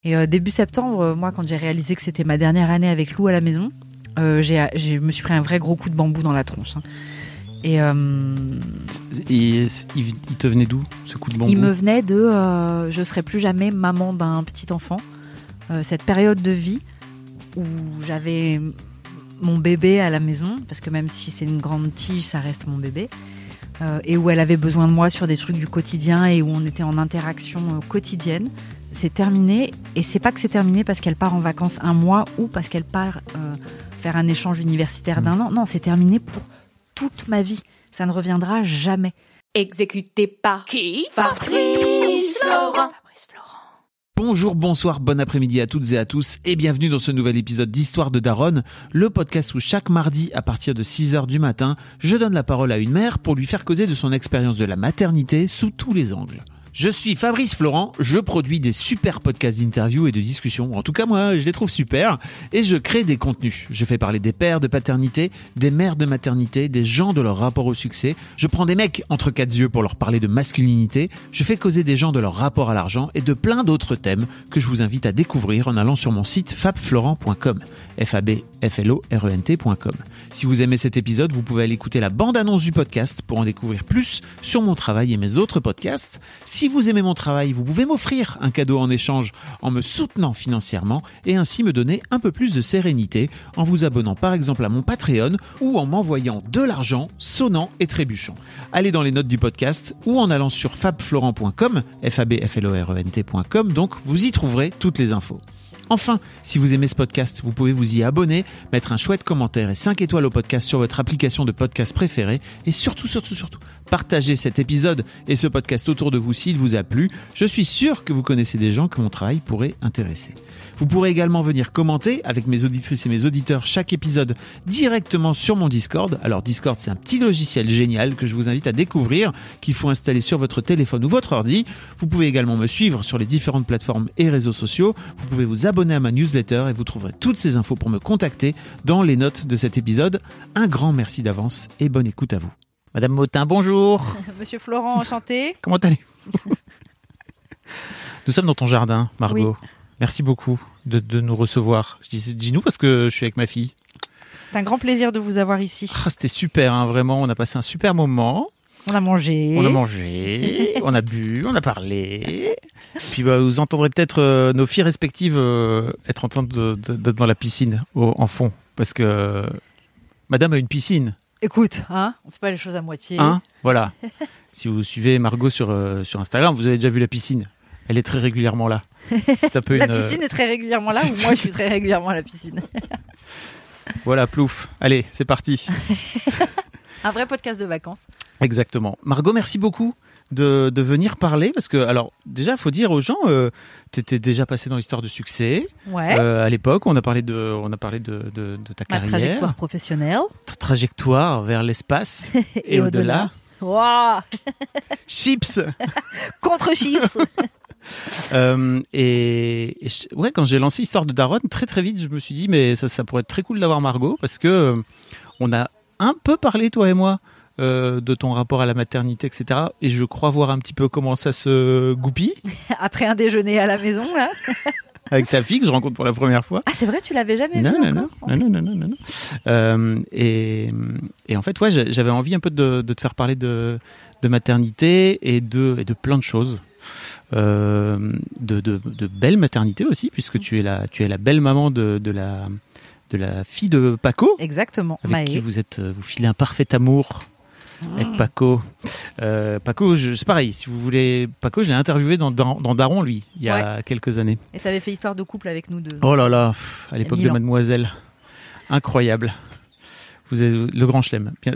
Et début septembre, moi, quand j'ai réalisé que c'était ma dernière année avec Lou à la maison, je me suis pris un vrai gros coup de bambou dans la tronche. Et il te venait d'où, ce coup de bambou ? Il me venait de je serai plus jamais maman d'un petit enfant. Cette période de vie où j'avais mon bébé à la maison, parce que même si c'est une grande tige, ça reste mon bébé, et où elle avait besoin de moi sur des trucs du quotidien et où on était en interaction quotidienne. C'est terminé, et c'est pas que c'est terminé parce qu'elle part en vacances un mois ou parce qu'elle part faire un échange universitaire d'1 an. Non, c'est terminé pour toute ma vie. Ça ne reviendra jamais. Exécuté par qui ? Fabrice Florent. Bonjour, bonsoir, bon après-midi à toutes et à tous et bienvenue dans ce nouvel épisode d'Histoire de Daronne, le podcast où chaque mardi à partir de 6h du matin, je donne la parole à une mère pour lui faire causer de son expérience de la maternité sous tous les angles. Je suis Fabrice Florent, je produis des super podcasts d'interviews et de discussions, en tout cas moi je les trouve super, et je crée des contenus. Je fais parler des pères de paternité, des mères de maternité, des gens de leur rapport au succès, je prends des mecs entre quatre yeux pour leur parler de masculinité, je fais causer des gens de leur rapport à l'argent et de plein d'autres thèmes que je vous invite à découvrir en allant sur mon site fabflorent.com, fabflorent.com. Si vous aimez cet épisode, vous pouvez aller écouter la bande-annonce du podcast pour en découvrir plus sur mon travail et mes autres podcasts. Si vous aimez mon travail, vous pouvez m'offrir un cadeau en échange en me soutenant financièrement et ainsi me donner un peu plus de sérénité en vous abonnant par exemple à mon Patreon ou en m'envoyant de l'argent sonnant et trébuchant. Allez dans les notes du podcast ou en allant sur fabflorent.com, fabflorent.com, donc vous y trouverez toutes les infos. Enfin, si vous aimez ce podcast, vous pouvez vous y abonner, mettre un chouette commentaire et 5 étoiles au podcast sur votre application de podcast préférée et surtout, partagez cet épisode et ce podcast autour de vous s'il vous a plu. Je suis sûr que vous connaissez des gens que mon travail pourrait intéresser. Vous pourrez également venir commenter avec mes auditrices et mes auditeurs chaque épisode directement sur mon Discord. Alors Discord, c'est un petit logiciel génial que je vous invite à découvrir, qu'il faut installer sur votre téléphone ou votre ordi. Vous pouvez également me suivre sur les différentes plateformes et réseaux sociaux. Vous pouvez vous abonner à ma newsletter et vous trouverez toutes ces infos pour me contacter dans les notes de cet épisode. Un grand merci d'avance et bonne écoute à vous. Madame Motin, bonjour. Monsieur Florent, enchanté. Comment allez-vous ? Nous sommes dans ton jardin, Margot. Oui. Merci beaucoup de nous recevoir. Je dis nous parce que je suis avec ma fille. C'est un grand plaisir de vous avoir ici. C'était super, hein, vraiment. On a passé un super moment. On a mangé, on a bu, on a parlé. Puis vous entendrez peut-être nos filles respectives être en train d'être dans la piscine en fond. Parce que madame a une piscine. Écoute, on fait pas les choses à moitié. Voilà. Si vous suivez Margot sur Instagram, vous avez déjà vu la piscine. Elle est très régulièrement là. C'est un peu la piscine est très régulièrement là ou moi je suis très régulièrement à la piscine. Voilà, plouf. Allez, c'est parti. Un vrai podcast de vacances. Exactement. Margot, merci beaucoup de venir parler parce que, alors, déjà, il faut dire aux gens, tu étais déjà passée dans l'histoire de succès. Ouais. À l'époque, on a parlé de ta carrière. Ma trajectoire professionnelle. Ta trajectoire vers l'espace et au-delà. Wow. Chips. Contre chips. Ouais, quand j'ai lancé Histoire de Daronne, très vite, je me suis dit, mais ça pourrait être très cool d'avoir Margot parce que on a un peu parlé, toi et moi, de ton rapport à la maternité, etc. Et je crois voir un petit peu comment ça se goupille. Après un déjeuner à la maison, là. Avec ta fille que je rencontre pour la première fois. Ah, c'est vrai, tu l'avais jamais vue encore ? Non. Et en fait, ouais, j'avais envie un peu de te faire parler de maternité et de plein de choses. De belle maternité aussi, puisque tu es la belle maman de la fille de Paco. Exactement. Avec qui vous filez un parfait amour. Avec Paco. Paco, c'est pareil. Si vous voulez, Paco, je l'ai interviewé dans Daron, lui, il y a quelques années. Et tu avais fait Histoire de couple avec nous deux. Oh là là, à l'époque de Mademoiselle. Incroyable. Vous êtes le grand chelem. Bien...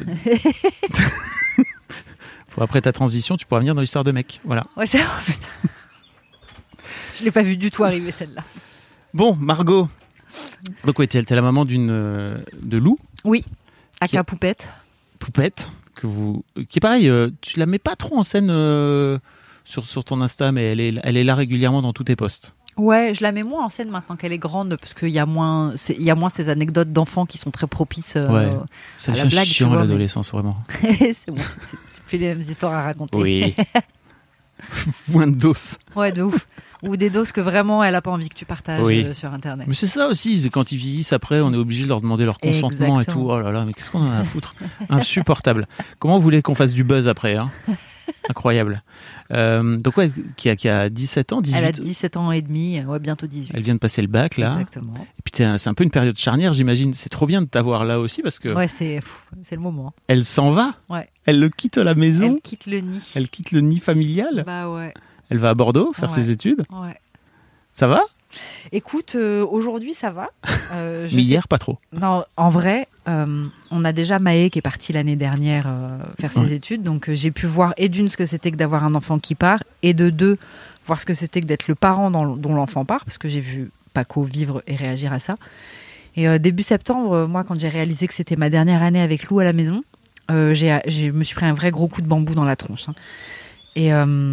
Après ta transition, tu pourras venir dans l'histoire de mec. Voilà. Ouais, c'est vrai, putain. Je l'ai pas vu du tout arriver, celle-là. Bon, Margot. Donc, ouais, t'es la maman de Lou. Oui, aka Poupette. Poupette, qui est pareil, tu la mets pas trop en scène sur ton Insta, mais elle est là régulièrement dans tous tes posts. Ouais, je la mets moins en scène maintenant qu'elle est grande, parce qu'il y a moins ces anecdotes d'enfants qui sont très propices à la blague. C'est chiant l'adolescence, vraiment. C'est bon, c'est plus les mêmes histoires à raconter. Oui. Moins de doses. Ouais, de ouf. ou des doses que vraiment elle n'a pas envie que tu partages sur Internet. Mais c'est ça aussi, c'est quand ils vieillissent après, on est obligé de leur demander leur consentement. Exactement. Et tout. Oh là là, mais qu'est-ce qu'on en a à foutre? Insupportable. Comment vous voulez qu'on fasse du buzz après, hein? Incroyable. Donc ouais, qui a 17 ans, 18 ans. Elle a 17 ans et demi, bientôt 18. Elle vient de passer le bac là. Exactement. Et puis c'est un peu une période charnière, j'imagine. C'est trop bien de t'avoir là aussi parce que. Ouais, c'est le moment. Elle s'en va. Ouais. Elle le quitte à la maison. Elle quitte le nid. Elle quitte le nid familial. Bah ouais. Elle va à Bordeaux faire ses études. Ouais. Ça va? Écoute, aujourd'hui ça va. Mais hier pas trop. Non, en vrai, on a déjà Maë qui est partie l'année dernière faire ses études, donc j'ai pu voir et d'une ce que c'était que d'avoir un enfant qui part, et de deux voir ce que c'était que d'être le parent dont l'enfant part, parce que j'ai vu Paco vivre et réagir à ça. Et début septembre, moi quand j'ai réalisé que c'était ma dernière année avec Lou à la maison, je me suis pris un vrai gros coup de bambou dans la tronche. Hein. Et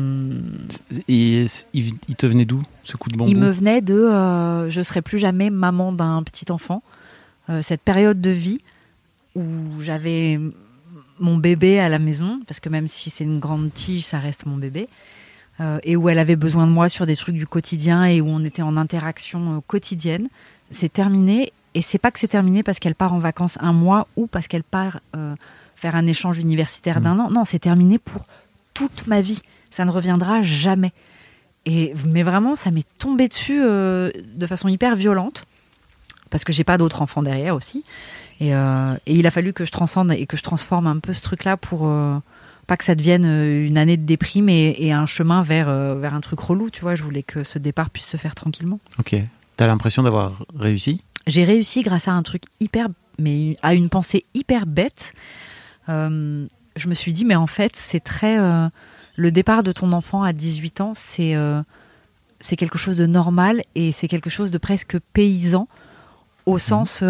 il te venait d'où, ce coup de bambou? Il me venait de je serai plus jamais maman d'un petit enfant. Cette période de vie où j'avais mon bébé à la maison, parce que même si c'est une grande tige, ça reste mon bébé, et où elle avait besoin de moi sur des trucs du quotidien et où on était en interaction quotidienne. C'est terminé, et c'est pas que c'est terminé parce qu'elle part en vacances un mois ou parce qu'elle part faire un échange universitaire d'1 an. Non, c'est terminé pour toute ma vie, ça ne reviendra jamais. Mais vraiment, ça m'est tombé dessus de façon hyper violente, parce que j'ai pas d'autres enfants derrière aussi. Et il a fallu que je transcende et que je transforme un peu ce truc-là pour pas que ça devienne une année de déprime et un chemin vers un truc relou. Tu vois, je voulais que ce départ puisse se faire tranquillement. Ok. T'as l'impression d'avoir réussi? J'ai réussi grâce à un truc à une pensée hyper bête. Je me suis dit, mais en fait, c'est très... le départ de ton enfant à 18 ans, c'est quelque chose de normal et c'est quelque chose de presque paysan, au sens...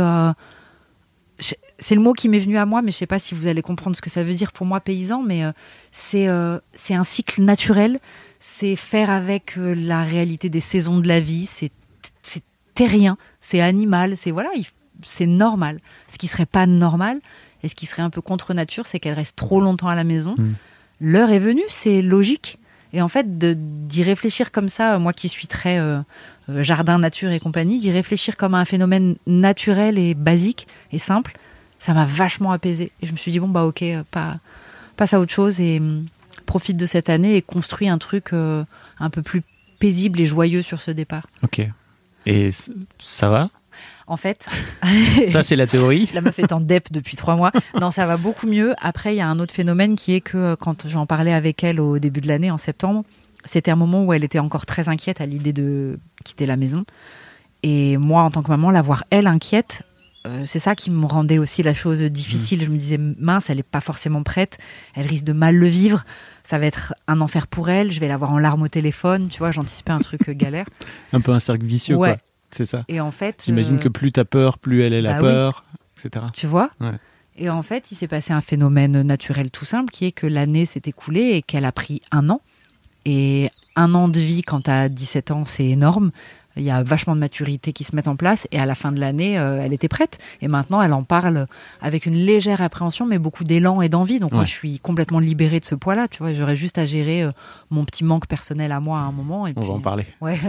c'est le mot qui m'est venu à moi, mais je ne sais pas si vous allez comprendre ce que ça veut dire pour moi, paysan, mais c'est un cycle naturel, c'est faire avec la réalité des saisons de la vie, c'est terrien, c'est animal, c'est normal. Ce qui ne serait pas normal... Et ce qui serait un peu contre nature, c'est qu'elle reste trop longtemps à la maison. L'heure est venue, c'est logique. Et en fait, d'y réfléchir comme ça, moi qui suis très jardin, nature et compagnie, d'y réfléchir comme à un phénomène naturel et basique et simple, ça m'a vachement apaisée. Et je me suis dit, ok, passe à autre chose et profite de cette année et construis un truc un peu plus paisible et joyeux sur ce départ. Ok. Et ça va ? En fait, ça c'est la théorie. La meuf est en dep depuis 3 mois. Non, ça va beaucoup mieux. Après, il y a un autre phénomène qui est que quand j'en parlais avec elle au début de l'année, en septembre, c'était un moment où elle était encore très inquiète à l'idée de quitter la maison. Et moi, en tant que maman, la voir elle inquiète, c'est ça qui me rendait aussi la chose difficile. Je me disais, mince, elle n'est pas forcément prête. Elle risque de mal le vivre. Ça va être un enfer pour elle. Je vais la voir en larmes au téléphone. Tu vois, j'anticipais un truc galère. Un peu un cercle vicieux, ouais. Quoi. C'est ça. Et en fait, j'imagine que plus t'as peur, plus elle a peur, etc. Tu vois ? Ouais. Et en fait, il s'est passé un phénomène naturel tout simple, qui est que l'année s'est écoulée et qu'elle a pris 1 an. Et 1 an de vie, quand t'as 17 ans, c'est énorme. Il y a vachement de maturité qui se met en place. Et à la fin de l'année, elle était prête. Et maintenant, elle en parle avec une légère appréhension, mais beaucoup d'élan et d'envie. Donc moi, je suis complètement libérée de ce poids-là. Tu vois, j'aurais juste à gérer mon petit manque personnel à moi à un moment. Et on va en parler. Ouais.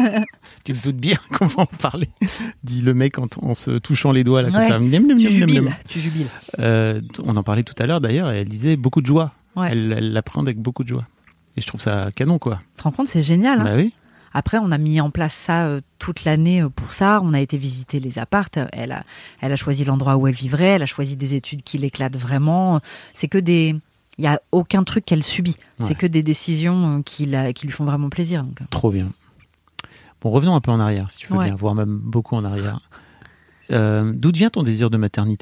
Tu te doutes bien qu'on va en parler. Dit le mec en se touchant les doigts. Là, comme ça. Tu jubiles. On en parlait tout à l'heure d'ailleurs. Et elle disait beaucoup de joie. Ouais. Elle l'apprend avec beaucoup de joie. Et je trouve ça canon, quoi. Tu te rends compte, c'est génial. Bah oui. Après, on a mis en place ça toute l'année pour ça. On a été visiter les appartes. Elle a choisi l'endroit où elle vivrait. Elle a choisi des études qui l'éclatent vraiment. C'est que il n'y a aucun truc qu'elle subit. Ouais. C'est que des décisions qui lui font vraiment plaisir. Donc. Trop bien. Bon, revenons un peu en arrière, si tu veux bien, voire même beaucoup en arrière. D'où vient ton désir de maternité ?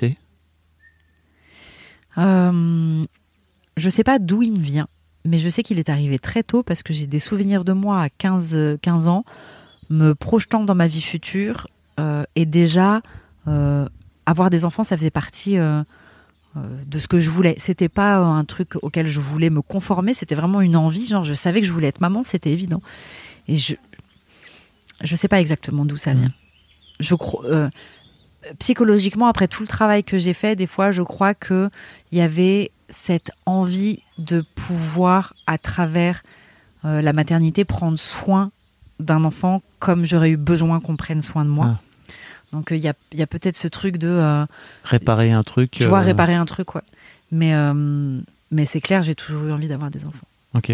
Je ne sais pas d'où il me vient. Mais je sais qu'il est arrivé très tôt parce que j'ai des souvenirs de moi à 15 ans, me projetant dans ma vie future. Et déjà, avoir des enfants, ça faisait partie de ce que je voulais. C'était pas un truc auquel je voulais me conformer, c'était vraiment une envie. Genre, je savais que je voulais être maman, c'était évident. Et je sais pas exactement d'où ça vient. Je crois... psychologiquement, après tout le travail que j'ai fait, des fois, je crois qu'il y avait cette envie de pouvoir, à travers la maternité, prendre soin d'un enfant comme j'aurais eu besoin qu'on prenne soin de moi. Ah. Donc il y a peut-être ce truc de réparer un truc. Tu vois, réparer un truc, ouais. Mais c'est clair, j'ai toujours eu envie d'avoir des enfants. Ok.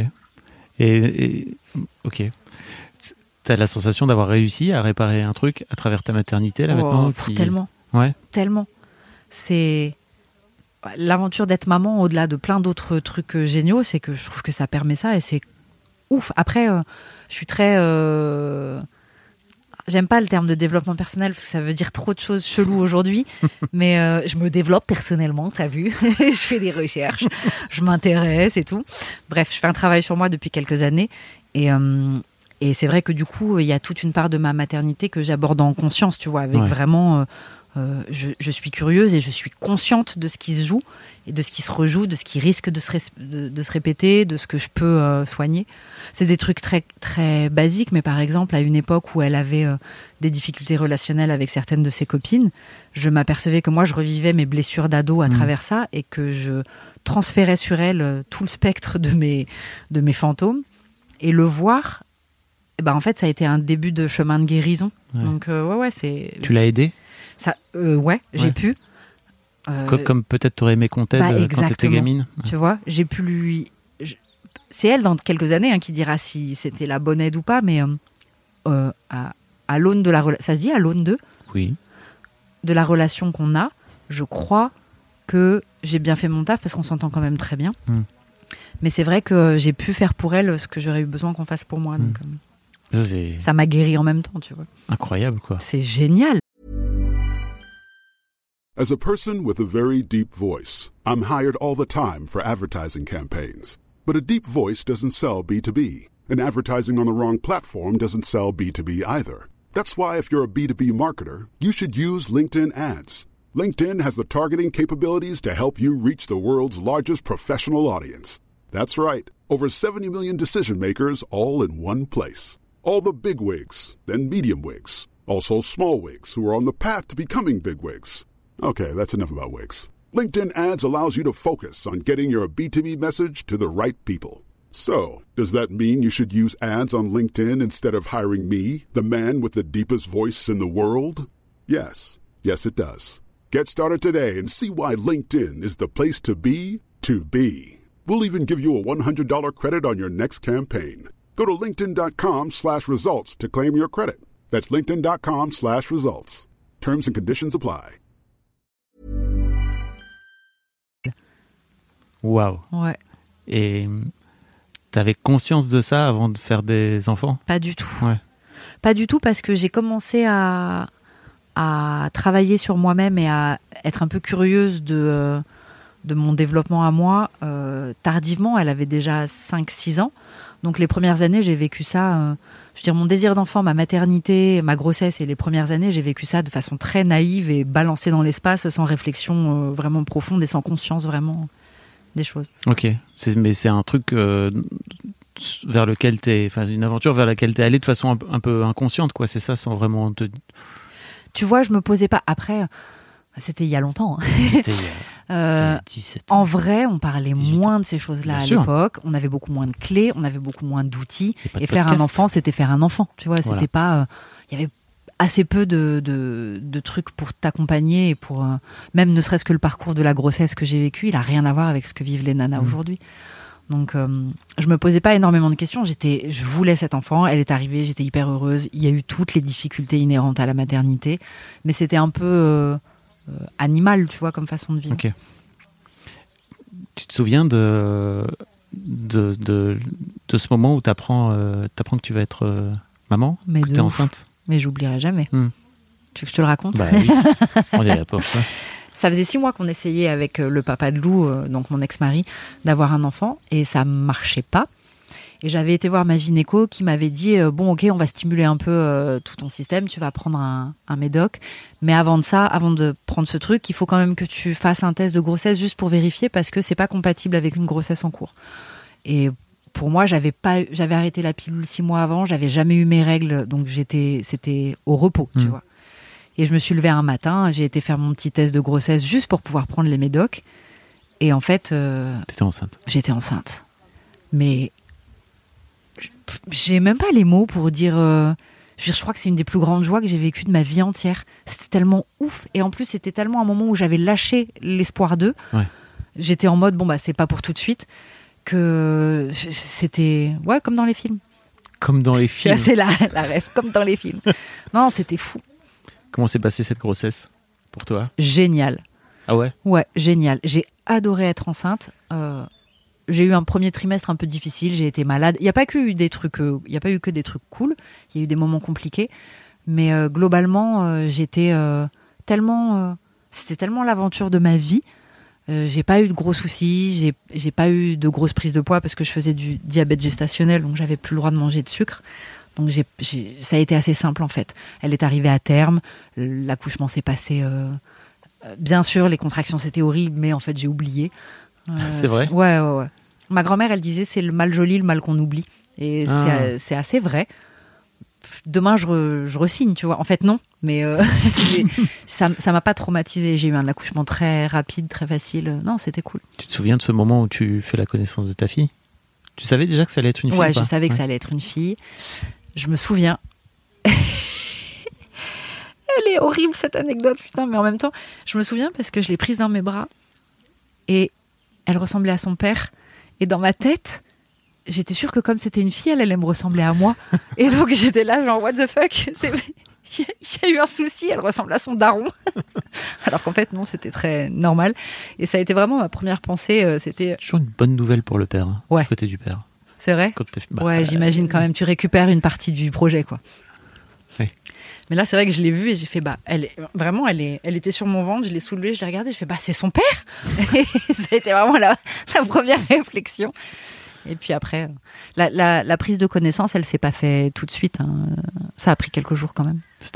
Ok. T'as la sensation d'avoir réussi à réparer un truc à travers ta maternité là maintenant Tellement. Ouais. Tellement. C'est l'aventure d'être maman, au-delà de plein d'autres trucs géniaux, c'est que je trouve que ça permet ça et c'est ouf. Après, je suis très... J'aime pas le terme de développement personnel parce que ça veut dire trop de choses cheloues aujourd'hui, mais je me développe personnellement, t'as vu. Je fais des recherches, je m'intéresse et tout. Bref, je fais un travail sur moi depuis quelques années et c'est vrai que du coup, il y a toute une part de ma maternité que j'aborde en conscience, tu vois, avec vraiment... je suis curieuse et je suis consciente de ce qui se joue et de ce qui se rejoue, de ce qui risque de se répéter, de ce que je peux soigner. C'est des trucs très, très basiques, mais par exemple, à une époque où elle avait des difficultés relationnelles avec certaines de ses copines, je m'apercevais que moi, je revivais mes blessures d'ado à travers ça et que je transférais sur elle tout le spectre de mes fantômes. Et le voir, en fait, ça a été un début de chemin de guérison. Ouais. Donc, c'est... Tu l'as aidée ? Ça, j'ai pu. Comme peut-être t'aurais aimé qu'on t'aide quand t'étais gamine. Tu vois, j'ai pu lui... C'est elle, dans quelques années, qui dira si c'était la bonne aide ou pas, mais à l'aune de la relation... Ça se dit à l'aune de ? Oui. De la relation qu'on a, je crois que j'ai bien fait mon taf parce qu'on s'entend quand même très bien. Mais c'est vrai que j'ai pu faire pour elle ce que j'aurais eu besoin qu'on fasse pour moi. Donc, ça m'a guéri en même temps, tu vois. Incroyable, quoi. C'est génial. As a person with a very deep voice, I'm hired all the time for advertising campaigns. But a deep voice doesn't sell B2B, and advertising on the wrong platform doesn't sell B2B either. That's why if you're a B2B marketer, you should use LinkedIn ads. LinkedIn has the targeting capabilities to help you reach the world's largest professional audience. That's right, over 70 million decision makers all in one place. All the big wigs, then medium wigs, also small wigs who are on the path to becoming big wigs. Okay, that's enough about wigs. LinkedIn ads allows you to focus on getting your B2B message to the right people. So, does that mean you should use ads on LinkedIn instead of hiring me, the man with the deepest voice in the world? Yes. Yes, it does. Get started today and see why LinkedIn is the place to be to be. We'll even give you a $100 credit on your next campaign. Go to linkedin.com/results to claim your credit. That's linkedin.com/results. Terms and conditions apply. Waouh. Ouais. Et t'avais conscience de ça avant de faire des enfants ? Pas du tout. Ouais. Pas du tout parce que j'ai commencé à travailler sur moi-même et à être un peu curieuse de mon développement à moi tardivement. Elle avait déjà 5-6 ans. Donc les premières années, j'ai vécu ça... je veux dire, mon désir d'enfant, ma maternité, ma grossesse et les premières années, j'ai vécu ça de façon très naïve et balancée dans l'espace, sans réflexion vraiment profonde et sans conscience vraiment des choses. Ok, mais c'est un truc vers lequel une aventure vers laquelle t'es allé de façon un peu inconsciente, quoi. C'est ça, sans vraiment te... Tu vois, je me posais pas... Après, c'était il y a longtemps. C'était 17 ans. En vrai, on parlait moins de ces choses-là Bien à sûr. l'époque. On avait beaucoup moins de clés, on avait beaucoup moins d'outils. Et faire un enfant, c'était faire un enfant. Tu vois, Voilà. c'était pas... Il y avait assez peu de trucs pour t'accompagner et pour... même ne serait-ce que le parcours de la grossesse que j'ai vécu, il a rien à voir avec ce que vivent les nanas aujourd'hui. Donc, je me posais pas énormément de questions. Je voulais cet enfant, elle est arrivée, j'étais hyper heureuse. Il y a eu toutes les difficultés inhérentes à la maternité, mais c'était un peu animal, tu vois, comme façon de vivre. Ok. Tu te souviens de ce moment où t'apprends que tu vas être maman, Mais que de t'es ouf. enceinte ? Mais j'oublierai jamais. Tu veux que je te le raconte ? Bah oui, on est là pour ça. Ça faisait 6 mois qu'on essayait avec le papa de Lou, donc mon ex-mari, d'avoir un enfant et ça marchait pas. Et j'avais été voir ma gynéco qui m'avait dit bon ok, on va stimuler un peu tout ton système, tu vas prendre un médoc, mais avant de prendre ce truc, il faut quand même que tu fasses un test de grossesse juste pour vérifier parce que c'est pas compatible avec une grossesse en cours. Et pour moi, j'avais arrêté la pilule 6 mois avant, j'avais jamais eu mes règles, donc c'était au repos, tu vois. Et je me suis levée un matin, j'ai été faire mon petit test de grossesse juste pour pouvoir prendre les médocs. Et en fait... T'étais enceinte. J'étais enceinte. Mais J'ai même pas les mots pour dire... je crois que c'est une des plus grandes joies que j'ai vécues de ma vie entière. C'était tellement ouf. Et en plus, c'était tellement un moment où j'avais lâché l'espoir d'eux. Ouais. J'étais en mode, c'est pas pour tout de suite. Que c'était... Ouais, comme dans les films. Comme dans les films. C'est la rêve, comme dans les films. Non, c'était fou. Comment s'est passée cette grossesse pour toi ? Génial. Ah ouais ? Ouais, génial. J'ai adoré être enceinte. J'ai eu un premier trimestre un peu difficile. J'ai été malade. Il n'y a pas eu que des trucs cool. Il y a eu des moments compliqués. Mais globalement, j'étais tellement... c'était tellement l'aventure de ma vie. J'ai pas eu de gros soucis. J'ai pas eu de grosses prises de poids parce que je faisais du diabète gestationnel, donc j'avais plus le droit de manger de sucre. Donc ça a été assez simple en fait. Elle est arrivée à terme. L'accouchement s'est passé... bien sûr, les contractions c'était horrible, mais en fait j'ai oublié. C'est vrai ? Ouais. Ma grand-mère, elle disait c'est le mal joli, le mal qu'on oublie. Et c'est assez vrai. Demain, je re-signe, tu vois. En fait, non. Mais ça m'a pas traumatisée. J'ai eu un accouchement très rapide, très facile. Non, c'était cool. Tu te souviens de ce moment où tu fais la connaissance de ta fille ? Tu savais déjà que ça allait être une fille ? Ouais, je savais que ça allait être une fille. Je me souviens. Elle est horrible, cette anecdote, putain. Mais en même temps, je me souviens parce que je l'ai prise dans mes bras. Et elle ressemblait à son père. Et dans ma tête... j'étais sûre que comme c'était une fille, elle allait me ressembler à moi. Et donc j'étais là, genre, what the fuck ? Il y a eu un souci, elle ressemble à son daron. Alors qu'en fait, non, c'était très normal. Et ça a été vraiment ma première pensée. C'est toujours une bonne nouvelle pour le père, ouais. Du côté du père. C'est vrai ? Ouais, j'imagine quand même, tu récupères une partie du projet, quoi. Oui. Mais là, c'est vrai que je l'ai vue et j'ai fait, elle était sur mon ventre, je l'ai soulevée, je l'ai regardée, je fais, c'est son père ! Et ça a été vraiment la première réflexion. Et puis après, la prise de connaissance, elle s'est pas faite tout de suite. Hein. Ça a pris quelques jours quand même. C'est-à-dire ?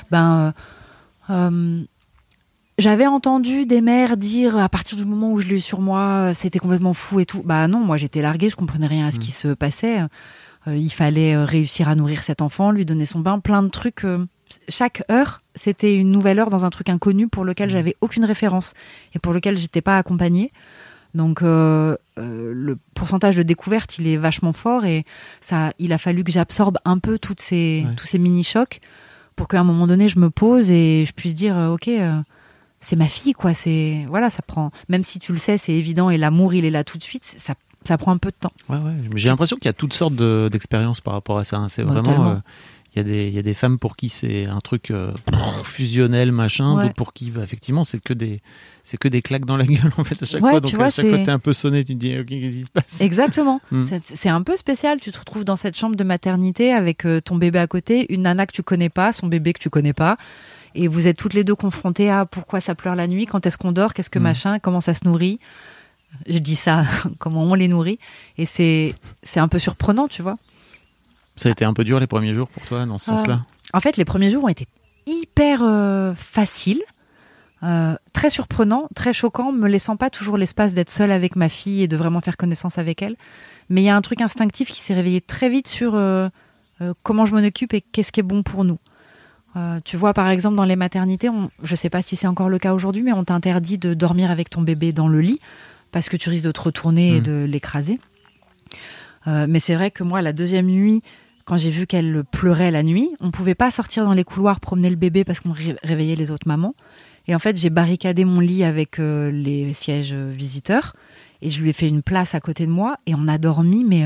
J'avais entendu des mères dire, à partir du moment où je l'ai eu sur moi, c'était complètement fou et tout. Non, moi j'étais larguée, je comprenais rien à ce qui se passait. Il fallait réussir à nourrir cet enfant, lui donner son bain, plein de trucs. Chaque heure, c'était une nouvelle heure dans un truc inconnu pour lequel j'avais aucune référence et pour lequel j'étais pas accompagnée. Donc le pourcentage de découverte, il est vachement fort et il a fallu que j'absorbe un peu tous ces mini-chocs pour qu'à un moment donné, je me pose et je puisse dire ok, c'est ma fille, quoi. Ça prend. Même si tu le sais, c'est évident et l'amour, il est là tout de suite. Ça prend un peu de temps. Ouais. J'ai l'impression qu'il y a toutes sortes d'expériences par rapport à ça. Hein. C'est vraiment. Il y a des femmes pour qui c'est un truc fusionnel, machin. D'autres pour qui, effectivement, c'est que des claques dans la gueule, en fait, à chaque fois. Donc, à chaque fois que t'es un peu sonné, tu te dis, OK, qu'est-ce qui se passe ? Exactement. C'est un peu spécial. Tu te retrouves dans cette chambre de maternité avec ton bébé à côté, une nana que tu connais pas, son bébé que tu connais pas. Et vous êtes toutes les deux confrontées à pourquoi ça pleure la nuit, quand est-ce qu'on dort, qu'est-ce que machin, comment ça se nourrit. Je dis ça, comment on les nourrit. Et c'est un peu surprenant, tu vois. Ça a été un peu dur les premiers jours pour toi, dans ce sens-là ? En fait, les premiers jours ont été hyper faciles, très surprenants, très choquants, me laissant pas toujours l'espace d'être seule avec ma fille et de vraiment faire connaissance avec elle. Mais il y a un truc instinctif qui s'est réveillé très vite sur comment je m'en occupe et qu'est-ce qui est bon pour nous. Tu vois, par exemple, dans les maternités, je sais pas si c'est encore le cas aujourd'hui, mais on t'interdit de dormir avec ton bébé dans le lit parce que tu risques de te retourner et de l'écraser. Mais c'est vrai que moi, la deuxième nuit, quand j'ai vu qu'elle pleurait la nuit, on pouvait pas sortir dans les couloirs promener le bébé parce qu'on réveillait les autres mamans. Et en fait, j'ai barricadé mon lit avec les sièges visiteurs et je lui ai fait une place à côté de moi et on a dormi, mais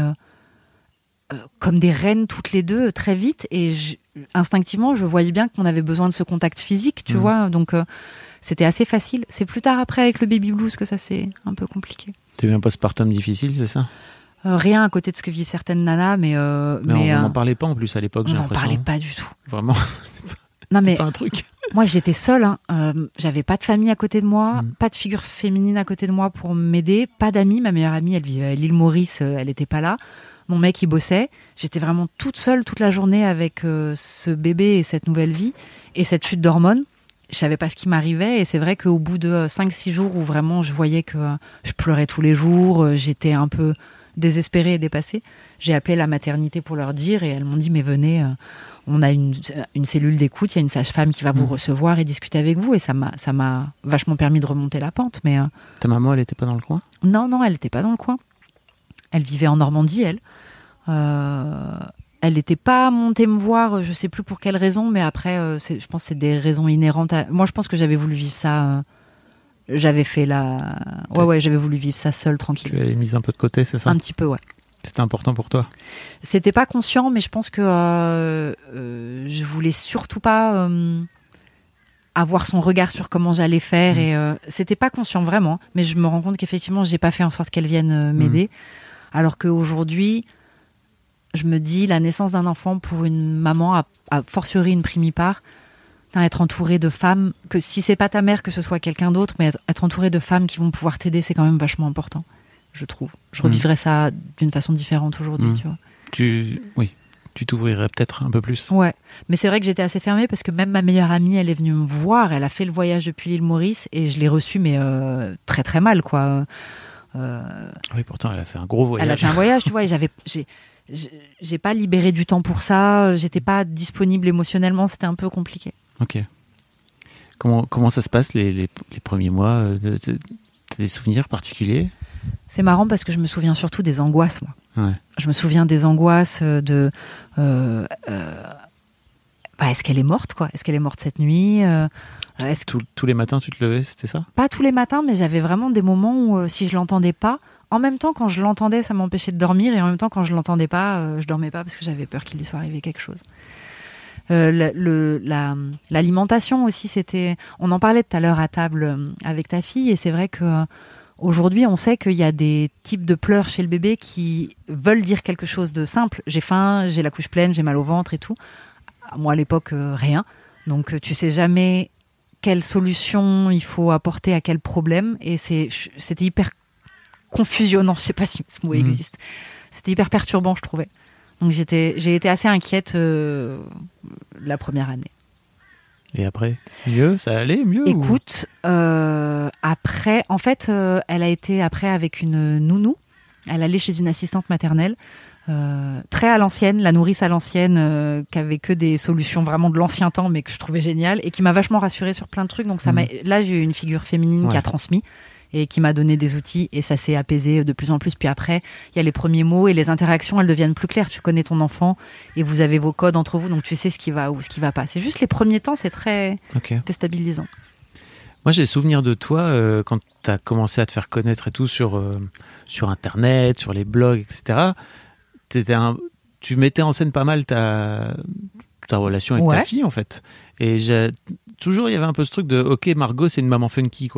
comme des reines toutes les deux, très vite. Et instinctivement, je voyais bien qu'on avait besoin de ce contact physique, tu vois. Donc, c'était assez facile. C'est plus tard, après, avec le baby blues, que ça c'est un peu compliqué. T'as eu un postpartum difficile, c'est ça ? Rien à côté de ce que vivent certaines nanas, mais on n'en parlait pas en plus à l'époque, j'ai l'impression. On n'en parlait pas du tout. Vraiment, c'est pas un truc. Moi, j'étais seule. J'avais pas de famille à côté de moi, pas de figure féminine à côté de moi pour m'aider, pas d'amis. Ma meilleure amie, elle vivait à l'île Maurice, elle n'était pas là. Mon mec, il bossait. J'étais vraiment toute seule toute la journée avec ce bébé et cette nouvelle vie et cette chute d'hormones. Je savais pas ce qui m'arrivait et c'est vrai qu'au bout de 5-6 jours où vraiment je voyais que je pleurais tous les jours, j'étais un peu désespérée et dépassée, j'ai appelé la maternité pour leur dire et elles m'ont dit mais venez, on a une cellule d'écoute, il y a une sage-femme qui va vous recevoir et discuter avec vous et ça m'a vachement permis de remonter la pente. Mais ta maman, elle était pas dans le coin ? Non, elle était pas dans le coin. Elle vivait en Normandie, elle. Elle n'était pas montée me voir, je sais plus pour quelle raison, mais après, je pense que c'est des raisons inhérentes à... Moi, je pense que j'avais voulu vivre ça. J'avais fait la... Ouais, j'avais voulu vivre ça seule, tranquille. Tu l'avais mise un peu de côté, c'est ça ? Un petit peu, ouais. C'était important pour toi ? C'était pas conscient, mais je pense que je voulais surtout pas avoir son regard sur comment j'allais faire. Et c'était pas conscient vraiment, mais je me rends compte qu'effectivement, j'ai pas fait en sorte qu'elle vienne m'aider. Alors qu'aujourd'hui, je me dis, la naissance d'un enfant pour une maman, a fortiori une primipare, être entourée de femmes, que si c'est pas ta mère, que ce soit quelqu'un d'autre, mais être entourée de femmes qui vont pouvoir t'aider, c'est quand même vachement important, je trouve. Je revivrais ça d'une façon différente aujourd'hui, tu vois. Tu t'ouvrirais peut-être un peu plus. Ouais, mais c'est vrai que j'étais assez fermée parce que même ma meilleure amie, elle est venue me voir, elle a fait le voyage depuis l'île Maurice et je l'ai reçue, mais très très mal, quoi. Oui, pourtant, elle a fait un gros voyage. Elle a fait un voyage, tu vois, et j'ai pas libéré du temps pour ça, j'étais pas disponible émotionnellement, c'était un peu compliqué. Ok. Comment ça se passe les premiers mois t'as des souvenirs particuliers ? C'est marrant parce que je me souviens surtout des angoisses, moi. Ouais. Je me souviens des angoisses de... est-ce qu'elle est morte, quoi ? Est-ce qu'elle est morte cette nuit ? Tous les matins, tu te levais, c'était ça ? Pas tous les matins, mais j'avais vraiment des moments où si je l'entendais pas, en même temps, quand je l'entendais, ça m'empêchait de dormir, et en même temps, quand je l'entendais pas, je dormais pas parce que j'avais peur qu'il lui soit arrivé quelque chose. L'alimentation aussi, c'était... On en parlait tout à l'heure à table avec ta fille, et c'est vrai que aujourd'hui, on sait qu'il y a des types de pleurs chez le bébé qui veulent dire quelque chose de simple. J'ai faim, j'ai la couche pleine, j'ai mal au ventre et tout. Moi, à l'époque, rien. Donc, tu sais jamais quelle solution il faut apporter à quel problème. Et c'était hyper confusionnant. Je sais pas si ce mot existe. C'était hyper perturbant, je trouvais. Donc, j'ai été assez inquiète la première année. Et après, mieux, ça allait mieux? Écoute, après, en fait, elle a été après avec une nounou. Elle allait chez une assistante maternelle, très à l'ancienne, la nourrice à l'ancienne, qui avait que des solutions vraiment de l'ancien temps, mais que je trouvais géniales et qui m'a vachement rassurée sur plein de trucs. Donc là, j'ai eu une figure féminine qui a transmis et qui m'a donné des outils, et ça s'est apaisé de plus en plus. Puis après, il y a les premiers mots et les interactions, elles deviennent plus claires. Tu connais ton enfant et vous avez vos codes entre vous, donc tu sais ce qui va ou ce qui va pas. C'est juste les premiers temps, c'est très déstabilisant. Moi, j'ai souvenir de toi quand tu as commencé à te faire connaître et tout sur Internet, sur les blogs, etc. Tu mettais en scène pas mal ta relation avec ta fille, en fait. Et toujours, il y avait un peu ce truc de « Ok, Margot, c'est une maman funky, quoi ».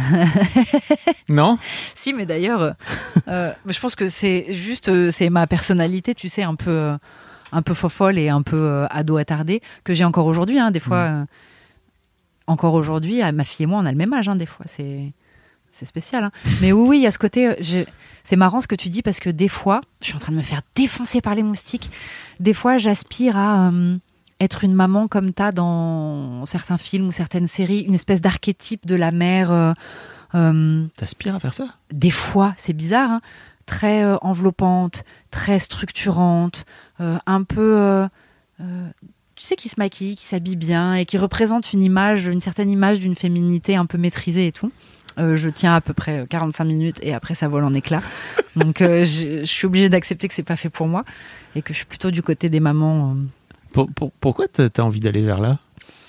Non? Si, mais d'ailleurs, je pense que c'est juste, c'est ma personnalité, tu sais, un peu fofolle et un peu ado attardé, que j'ai encore aujourd'hui, hein, des fois. Encore aujourd'hui, ma fille et moi, on a le même âge, hein, des fois. C'est spécial. Hein. Mais oui, il y a ce côté... C'est marrant ce que tu dis, parce que des fois, je suis en train de me faire défoncer par les moustiques. Des fois, j'aspire à être une maman comme t'as dans certains films ou certaines séries, une espèce d'archétype de la mère. T'aspires à faire ça? Des fois, c'est bizarre. Hein, très enveloppante, très structurante, un peu... tu sais, qui se maquille, qui s'habille bien et qui représente une certaine image d'une féminité un peu maîtrisée et tout. Je tiens à peu près 45 minutes et après ça vole en éclats. Donc je suis obligée d'accepter que c'est pas fait pour moi et que je suis plutôt du côté des mamans. Pourquoi t'as envie d'aller vers là?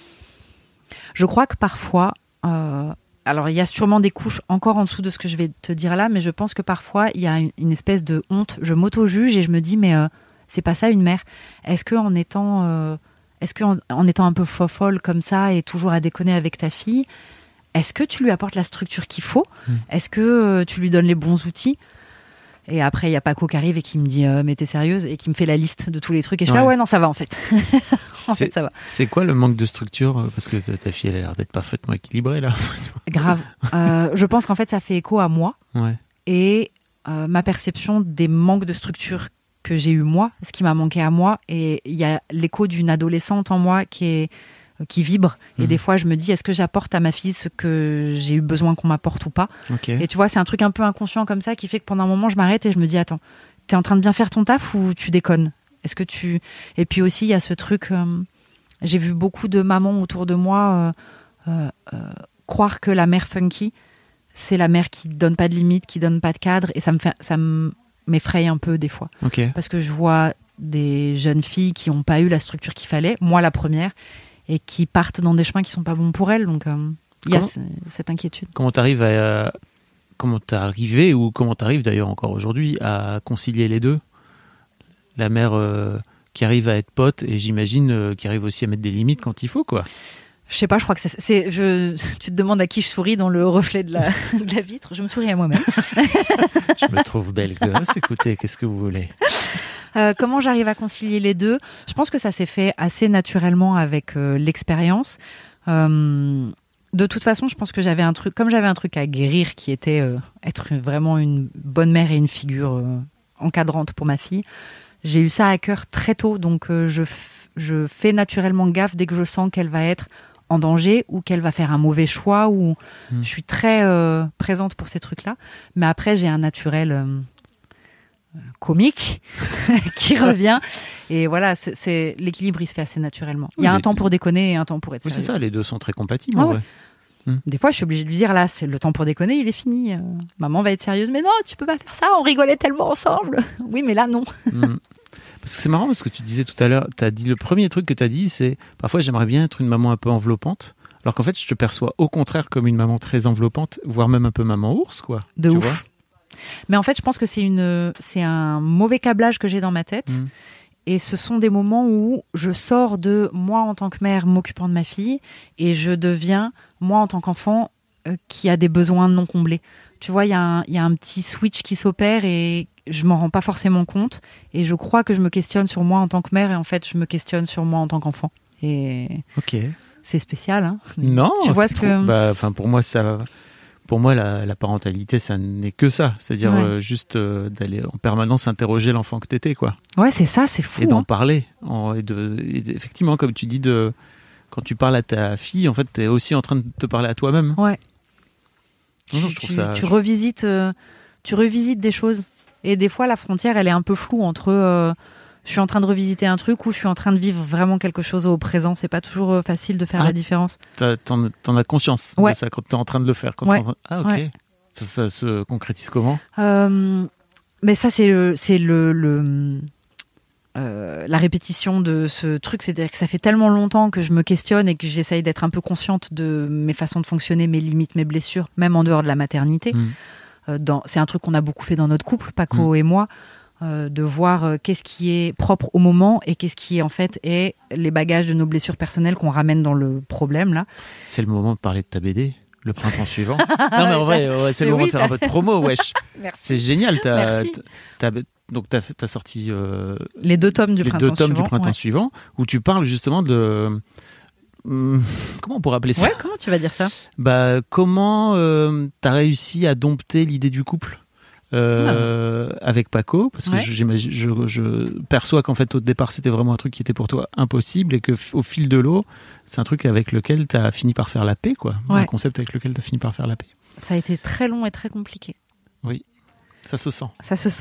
Je crois que parfois, alors il y a sûrement des couches encore en dessous de ce que je vais te dire là, mais je pense que parfois il y a une espèce de honte. Je m'auto-juge et je me dis mais c'est pas ça une mère. Est-ce que en étant un peu fofolle comme ça et toujours à déconner avec ta fille, est-ce que tu lui apportes la structure qu'il faut? Est-ce que tu lui donnes les bons outils? Et après, il y a Paco qui arrive et qui me dit mais t'es sérieuse? Et qui me fait la liste de tous les trucs. Et je fais ouais, non, ça va en fait. En fait, ça va. C'est quoi le manque de structure? Parce que ta fille, elle a l'air d'être parfaitement équilibrée là. Grave. Je pense qu'en fait, ça fait écho à moi. Ouais. Et ma perception des manques de structure que j'ai eu moi, ce qui m'a manqué à moi. Et il y a l'écho d'une adolescente en moi qui vibre. Et des fois, je me dis, est-ce que j'apporte à ma fille ce que j'ai eu besoin qu'on m'apporte ou pas? Et tu vois, c'est un truc un peu inconscient comme ça qui fait que pendant un moment, je m'arrête et je me dis, attends, t'es en train de bien faire ton taf ou tu déconnes? Est-ce que tu... Et puis aussi, il y a ce truc... j'ai vu beaucoup de mamans autour de moi croire que la mère funky, c'est la mère qui donne pas de limites, qui donne pas de cadre. Et ça me m'effraie un peu des fois. Ok. Parce que je vois des jeunes filles qui n'ont pas eu la structure qu'il fallait, moi la première, et qui partent dans des chemins qui ne sont pas bons pour elles. Donc, il y a cette inquiétude. Comment t'arrives comment t'es arrivé, ou comment t'arrives d'ailleurs encore aujourd'hui, à concilier les deux? La mère qui arrive à être pote, et j'imagine qui arrive aussi à mettre des limites quand il faut, quoi. Je sais pas, je crois que tu te demandes à qui je souris dans le reflet de la vitre. Je me souris à moi-même. Je me trouve belle gosse, écoutez, qu'est-ce que vous voulez? Comment j'arrive à concilier les deux? Je pense que ça s'est fait assez naturellement avec l'expérience. De toute façon, je pense que j'avais un truc à guérir qui était être vraiment une bonne mère et une figure encadrante pour ma fille. J'ai eu ça à cœur très tôt, donc je fais naturellement gaffe dès que je sens qu'elle va être en danger ou qu'elle va faire un mauvais choix, ou je suis très présente pour ces trucs-là. Mais après, j'ai un naturel comique qui revient, et voilà, c'est l'équilibre, il se fait assez naturellement. Il y a un temps pour déconner et un temps pour être sérieux. C'est ça, les deux sont très compatibles. Ouais. Des fois, je suis obligée de lui dire, là, c'est le temps pour déconner, il est fini. Maman va être sérieuse. Mais non, tu peux pas faire ça, on rigolait tellement ensemble. Oui, mais là, non. Parce que c'est marrant, parce que tu disais tout à l'heure, le premier truc que tu as dit, c'est parfois j'aimerais bien être une maman un peu enveloppante, alors qu'en fait je te perçois au contraire comme une maman très enveloppante, voire même un peu maman ours, quoi. De ouf. Vois, mais en fait, je pense que c'est un mauvais câblage que j'ai dans ma tête. Et ce sont des moments où je sors de moi en tant que mère m'occupant de ma fille, et je deviens moi en tant qu'enfant qui a des besoins non comblés. Tu vois, il y a un petit switch qui s'opère, et je m'en rends pas forcément compte. Et je crois que je me questionne sur moi en tant que mère, et en fait, je me questionne sur moi en tant qu'enfant. Et c'est spécial, hein. Non, tu vois ce que... Pour moi, la parentalité, ça n'est que ça. C'est-à-dire juste d'aller en permanence interroger l'enfant que t'étais, quoi. Ouais, c'est ça, c'est fou. Et d'en parler. Effectivement, comme tu dis, quand tu parles à ta fille, en fait, t'es aussi en train de te parler à toi-même. Ouais. Non, je trouve ça... Tu revisites des choses. Et des fois, la frontière, elle est un peu floue entre je suis en train de revisiter un truc ou je suis en train de vivre vraiment quelque chose au présent. C'est pas toujours facile de faire la différence. T'en as conscience de ça quand t'es en train de le faire. Ah, ok. Ouais. Ça se concrétise comment? Mais ça, c'est la répétition de ce truc. C'est-à-dire que ça fait tellement longtemps que je me questionne et que j'essaye d'être un peu consciente de mes façons de fonctionner, mes limites, mes blessures, même en dehors de la maternité. C'est un truc qu'on a beaucoup fait dans notre couple, Paco et moi, de voir qu'est-ce qui est propre au moment et qu'est-ce qui en fait est les bagages de nos blessures personnelles qu'on ramène dans le problème là. C'est le moment de parler de ta BD, Le printemps suivant. Non mais en vrai, c'est le moment de faire un peu de promo, wesh. Merci. C'est génial. Merci. Donc t'as sorti les 2 tomes du printemps suivant, où tu parles justement de... comment on pourrait appeler ça? Ouais, comment tu vas dire ça? Comment t'as réussi à dompter l'idée du couple avec Paco, parce que je perçois qu'en fait au départ c'était vraiment un truc qui était pour toi impossible, et que au fil de l'eau c'est un truc avec lequel t'as fini par faire la paix, quoi. Un concept avec lequel t'as fini par faire la paix. Ça a été très long et très compliqué. Oui, ça se sent.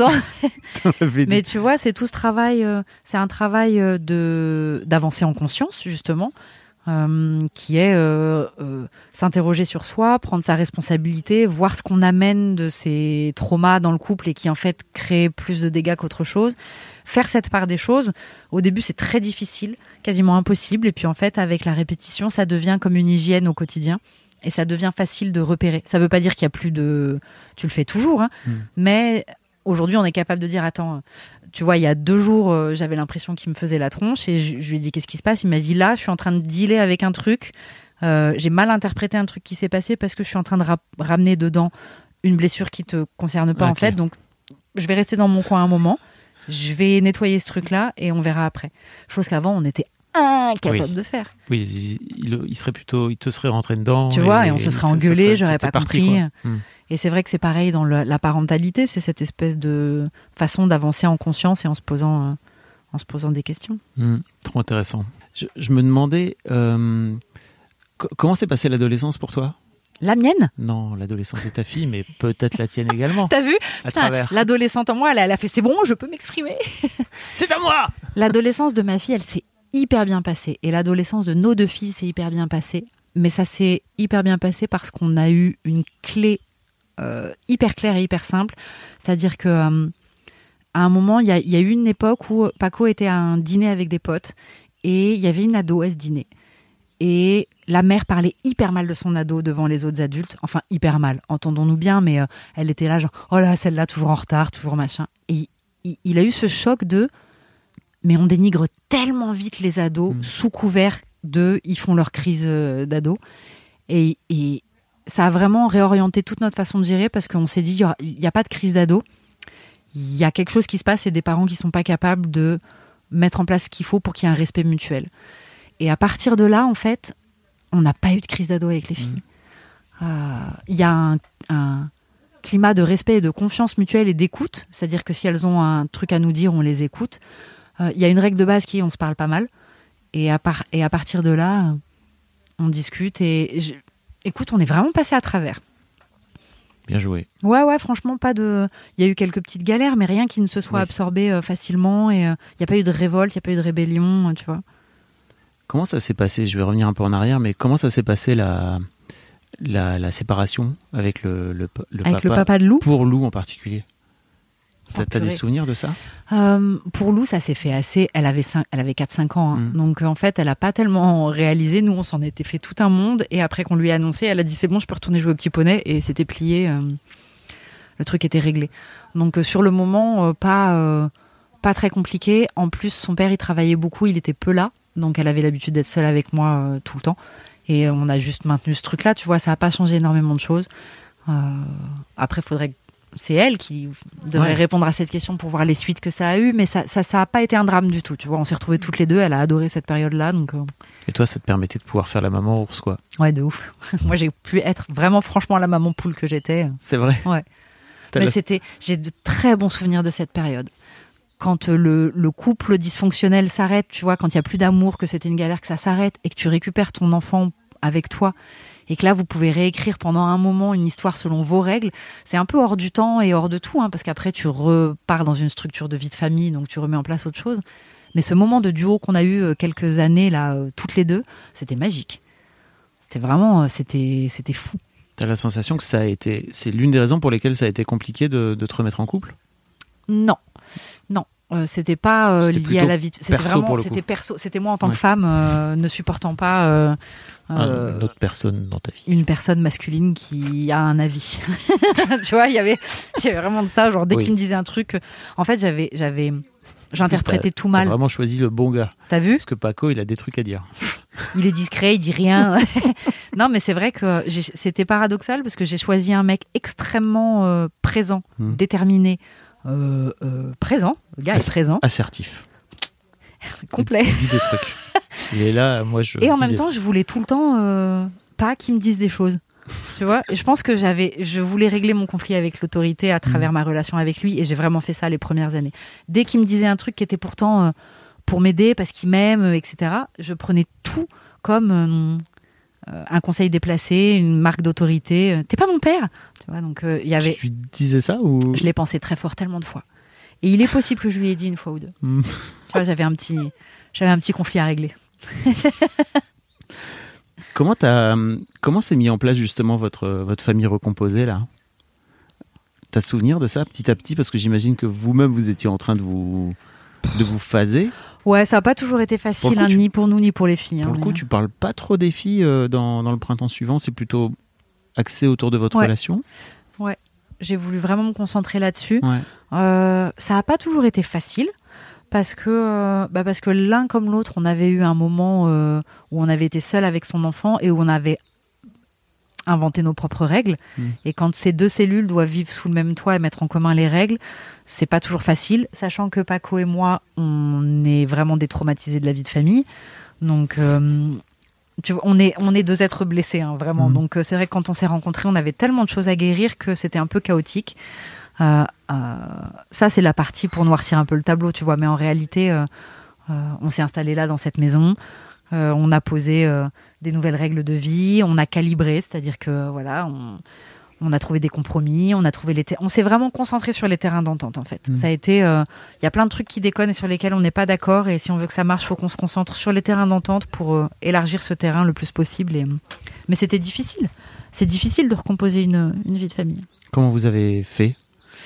Mais tu vois, c'est tout ce travail, c'est un travail d'avancer en conscience justement, qui est s'interroger sur soi, prendre sa responsabilité, voir ce qu'on amène de ces traumas dans le couple et qui en fait crée plus de dégâts qu'autre chose. Faire cette part des choses, au début c'est très difficile, quasiment impossible, et puis en fait avec la répétition ça devient comme une hygiène au quotidien et ça devient facile de repérer. Ça veut pas dire qu'il y a plus de... Tu le fais toujours, hein, mais aujourd'hui on est capable de dire attends... Tu vois, il y a 2 jours, j'avais l'impression qu'il me faisait la tronche et je lui ai dit qu'est-ce qui se passe. Il m'a dit là, je suis en train de dealer avec un truc. J'ai mal interprété un truc qui s'est passé parce que je suis en train de ramener dedans une blessure qui te concerne pas en fait. Donc, je vais rester dans mon coin un moment. Je vais nettoyer ce truc-là et on verra après. Chose qu'avant, on était incapable de faire. Oui, il te serait rentré dedans. Tu vois, et on se serait engueulé, j'aurais pas compris. Et c'est vrai que c'est pareil dans la parentalité, c'est cette espèce de façon d'avancer en conscience et en se posant des questions. Trop intéressant. Je me demandais, comment s'est passée l'adolescence pour toi? La mienne? Non, l'adolescence de ta fille, mais peut-être la tienne également. T'as vu? L'adolescente en moi, elle a fait c'est bon, je peux m'exprimer. C'est à moi! L'adolescence de ma fille, elle s'est hyper bien passée. Et l'adolescence de nos 2 filles s'est hyper bien passée. Mais ça s'est hyper bien passé parce qu'on a eu une clé hyper claire et hyper simple. C'est-à-dire que à un moment, il y a eu une époque où Paco était à un dîner avec des potes et il y avait une ado à ce dîner. Et la mère parlait hyper mal de son ado devant les autres adultes. Enfin, hyper mal, entendons-nous bien, mais elle était là genre « Oh là, celle-là, toujours en retard, toujours machin ». Et il a eu ce choc de « Mais on dénigre tellement vite les ados sous couvert de « ils font leur crise d'ado ». Et ça a vraiment réorienté toute notre façon de gérer parce qu'on s'est dit « Il n'y a pas de crise d'ado ». Il y a quelque chose qui se passe et des parents qui sont pas capables de mettre en place ce qu'il faut pour qu'il y ait un respect mutuel. Et à partir de là, en fait, on n'a pas eu de crise d'ado avec les filles. Il y a un climat de respect et de confiance mutuelle et d'écoute. C'est-à-dire que si elles ont un truc à nous dire, on les écoute. Il y a une règle de base qui est on se parle pas mal. Et à partir de là, on discute. Écoute, on est vraiment passé à travers. Bien joué. Ouais, franchement, pas de. Il y a eu quelques petites galères, mais rien qui ne se soit absorbé facilement. Et il n'y a pas eu de révolte, il n'y a pas eu de rébellion, tu vois. Comment ça s'est passé ? Je vais revenir un peu en arrière, mais comment ça s'est passé la séparation avec le papa de Lou ? Pour Lou en particulier. T'as des souvenirs de ça ? Pour Lou, ça s'est fait assez. Elle avait 4-5 ans. Hein. Donc, en fait, elle n'a pas tellement réalisé. Nous, on s'en était fait tout un monde. Et après qu'on lui a annoncé, elle a dit c'est bon, je peux retourner jouer au petit poney. Et c'était plié. Le truc était réglé. Donc, sur le moment, pas très compliqué. En plus, son père, il travaillait beaucoup. Il était peu là. Donc, elle avait l'habitude d'être seule avec moi tout le temps. Et on a juste maintenu ce truc-là. Tu vois, ça n'a pas changé énormément de choses. Après, c'est elle qui devrait répondre à cette question pour voir les suites que ça a eu, mais ça a pas été un drame du tout, tu vois, on s'est retrouvés toutes les deux, elle a adoré cette période-là, donc... Et toi, ça te permettait de pouvoir faire la maman ours, quoi ? Ouais, de ouf. Moi, j'ai pu être vraiment, franchement, la maman poule que j'étais. C'est vrai ? Ouais. Mais j'ai de très bons souvenirs de cette période. Quand le couple dysfonctionnel s'arrête, tu vois, quand il y a plus d'amour, que c'était une galère, que ça s'arrête, et que tu récupères ton enfant avec toi, et que là, vous pouvez réécrire pendant un moment une histoire selon vos règles, c'est un peu hors du temps et hors de tout, hein, parce qu'après, tu repars dans une structure de vie de famille, donc tu remets en place autre chose. Mais ce moment de duo qu'on a eu quelques années, là, toutes les deux, c'était magique. C'était vraiment... C'était fou. T'as la sensation que c'est l'une des raisons pour lesquelles ça a été compliqué de te remettre en couple ? Non. C'était pas lié à la vie. C'était perso, vraiment, c'était perso. C'était moi en tant que femme, ne supportant pas une autre personne dans ta vie. Une personne masculine qui a un avis. Tu vois, il y avait vraiment de ça. Genre dès qu'il me disait un truc, en fait, j'interprétais tout mal. T'as vraiment choisi le bon gars. T'as vu ? Parce que Paco, il a des trucs à dire. Il est discret, il dit rien. Non, mais c'est vrai que c'était paradoxal parce que j'ai choisi un mec extrêmement présent, déterminé. Présent, le gars est présent, assertif, complet. Il dit des trucs. Il est là, moi je. Et en même temps, je voulais tout le temps pas qu'il me dise des choses. Tu vois, et je pense que je voulais régler mon conflit avec l'autorité à travers ma relation avec lui, et j'ai vraiment fait ça les premières années. Dès qu'il me disait un truc qui était pourtant pour m'aider, parce qu'il m'aime, etc., je prenais tout comme un conseil déplacé, une marque d'autorité. T'es pas mon père, tu vois. Donc il y avait. Tu lui disais ça ou? Je l'ai pensé très fort tellement de fois. Et il est possible que je lui ai dit une fois ou deux. Tu vois, j'avais un petit conflit à régler. Comment s'est mis en place justement votre famille recomposée là? T'as souvenir de ça petit à petit, parce que j'imagine que vous-même vous étiez en train de vous phaser. Ouais, ça n'a pas toujours été facile, ni pour nous ni pour les filles. Pour le coup, tu parles pas trop des filles dans le printemps suivant, c'est plutôt axé autour de votre relation. Ouais, j'ai voulu vraiment me concentrer là-dessus. Ouais. Ça n'a pas toujours été facile. Parce que l'un comme l'autre, on avait eu un moment où on avait été seul avec son enfant et où on avait inventé nos propres règles. Et quand ces deux cellules doivent vivre sous le même toit et mettre en commun les règles, c'est pas toujours facile. Sachant que Paco et moi, on est vraiment détraumatisés de la vie de famille. Donc, tu vois, on est deux êtres blessés, hein, vraiment. Donc, c'est vrai que quand on s'est rencontrés, on avait tellement de choses à guérir que c'était un peu chaotique. Ça, c'est la partie pour noircir un peu le tableau, tu vois. Mais en réalité, on s'est installé là dans cette maison. On a posé des nouvelles règles de vie. On a calibré, c'est-à-dire que voilà, on a trouvé des compromis. On s'est vraiment concentré sur les terrains d'entente, en fait. Ça a été, y a plein de trucs qui déconnent et sur lesquels on n'est pas d'accord. Et si on veut que ça marche, il faut qu'on se concentre sur les terrains d'entente pour élargir ce terrain le plus possible. Mais c'était difficile. C'est difficile de recomposer une vie de famille. Comment vous avez fait ?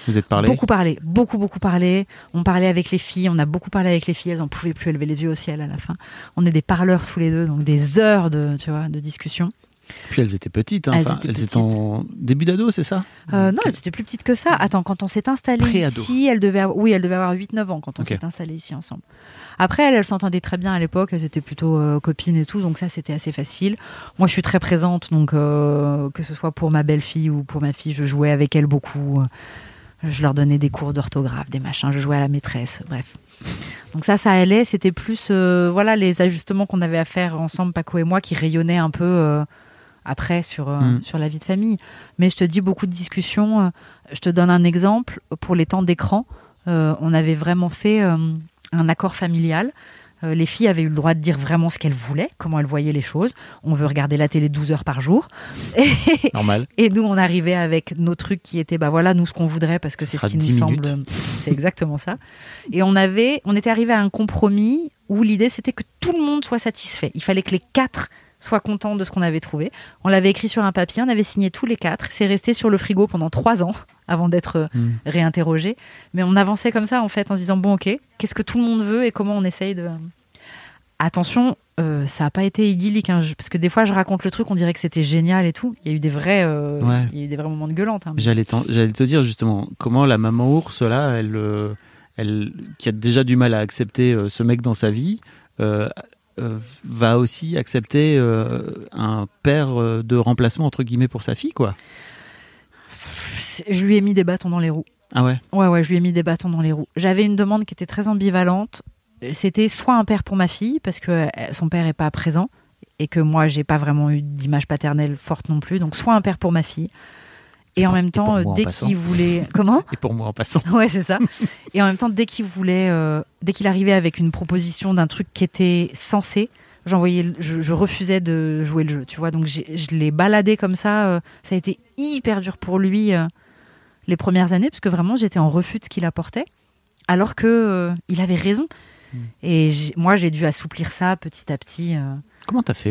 Vous êtes parlé? Beaucoup parlé. On parlait avec les filles, on a beaucoup parlé avec les filles, elles en pouvaient plus élever les yeux au ciel à la fin. On est des parleurs tous les deux, donc des heures de discussion. Puis elles étaient petites, hein. Elles étaient en début d'ado, c'est ça? Non, elles étaient plus petites que ça. Attends, quand on s'est installé ici, elles devaient avoir 8-9 ans quand on s'est installé ici ensemble. Après, elles s'entendaient très bien à l'époque, elles étaient plutôt copines et tout, donc ça c'était assez facile. Moi je suis très présente, donc que ce soit pour ma belle-fille ou pour ma fille, je jouais avec elles beaucoup. Je leur donnais des cours d'orthographe, des machins, je jouais à la maîtresse, bref. Donc ça allait, c'était plus les ajustements qu'on avait à faire ensemble, Paco et moi, qui rayonnaient un peu après sur la vie de famille. Mais je te dis, beaucoup de discussions. Je te donne un exemple. Pour les temps d'écran, on avait vraiment fait un accord familial. Les filles avaient eu le droit de dire vraiment ce qu'elles voulaient, comment elles voyaient les choses. On veut regarder la télé 12 heures par jour. Normal. Et nous, on arrivait avec nos trucs qui étaient, nous, ce qu'on voudrait, parce que c'est ce qui nous semble. C'est exactement ça. Et on était arrivé à un compromis où l'idée, c'était que tout le monde soit satisfait. Il fallait que les 4 soient contents de ce qu'on avait trouvé. On l'avait écrit sur un papier, on avait signé tous les 4. C'est resté sur le frigo pendant 3 ans avant d'être réinterrogé. Mais on avançait comme ça, en fait, en se disant, bon, ok, qu'est-ce que tout le monde veut et comment on essaye de... Attention, ça n'a pas été idyllique, hein, parce que des fois, je raconte le truc, on dirait que c'était génial et tout. Il y a eu des vrais moments de gueulante. Hein. J'allais te dire, justement, comment la maman ours, là, elle qui a déjà du mal à accepter ce mec dans sa vie, va aussi accepter un père de remplacement, entre guillemets, pour sa fille, quoi. Je lui ai mis des bâtons dans les roues. Ah ouais? Ouais, je lui ai mis des bâtons dans les roues. J'avais une demande qui était très ambivalente. C'était soit un père pour ma fille, parce que son père n'est pas présent, et que moi, j'ai pas vraiment eu d'image paternelle forte non plus. Donc, soit un père pour ma fille. Et en même temps, dès qu'il voulait... Comment ? Et pour moi en passant. Ouais, c'est ça. Et en même temps, dès qu'il arrivait avec une proposition d'un truc qui était censé, je refusais de jouer le jeu, tu vois. Donc, je l'ai baladé comme ça. Ça a été hyper dur pour lui les premières années, parce que vraiment, j'étais en refus de ce qu'il apportait, alors qu'il avait raison. Et moi, j'ai dû assouplir ça petit à petit. Comment t'as fait ?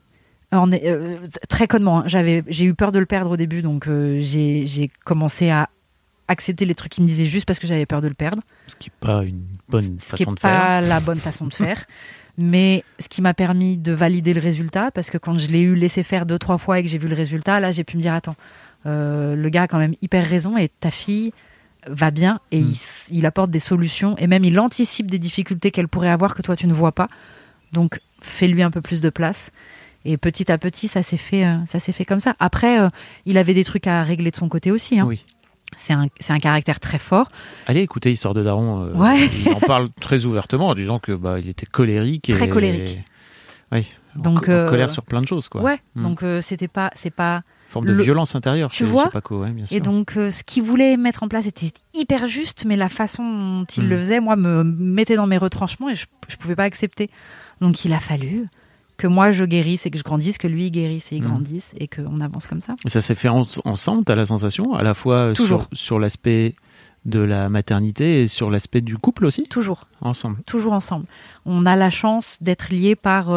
Très connement. J'ai eu peur de le perdre au début, donc j'ai commencé à accepter les trucs qu'il me disait juste parce que j'avais peur de le perdre. Ce qui n'est pas une bonne façon de faire. Ce qui n'est pas la bonne façon de faire. Mais ce qui m'a permis de valider le résultat, parce que quand je l'ai laissé faire 2-3 fois et que j'ai vu le résultat, là, j'ai pu me dire, attends, le gars a quand même hyper raison et ta fille va bien et il apporte des solutions et même il anticipe des difficultés qu'elle pourrait avoir que toi tu ne vois pas. Donc fais-lui un peu plus de place. Et petit à petit, ça s'est fait comme ça. Après, il avait des trucs à régler de son côté aussi. Hein. Oui. C'est un caractère très fort. Allez écoutez Histoire de Daron. Il en parle très ouvertement en disant que il était colérique. Très colérique. Oui. Donc en colère sur plein de choses, quoi. Ouais. Donc c'est pas forme de violence intérieure chez Paco, ouais, bien sûr. Et donc ce qu'il voulait mettre en place était hyper juste, mais la façon dont il le faisait, moi, me mettait dans mes retranchements et je pouvais pas accepter. Donc il a fallu que moi je guérisse et que je grandisse, que lui il guérisse et il grandisse et qu'on avance comme ça. Et ça s'est fait ensemble, t'as la sensation, à la fois sur l'aspect de la maternité et sur l'aspect du couple aussi ? Toujours. Ensemble. Toujours ensemble. On a la chance d'être liés par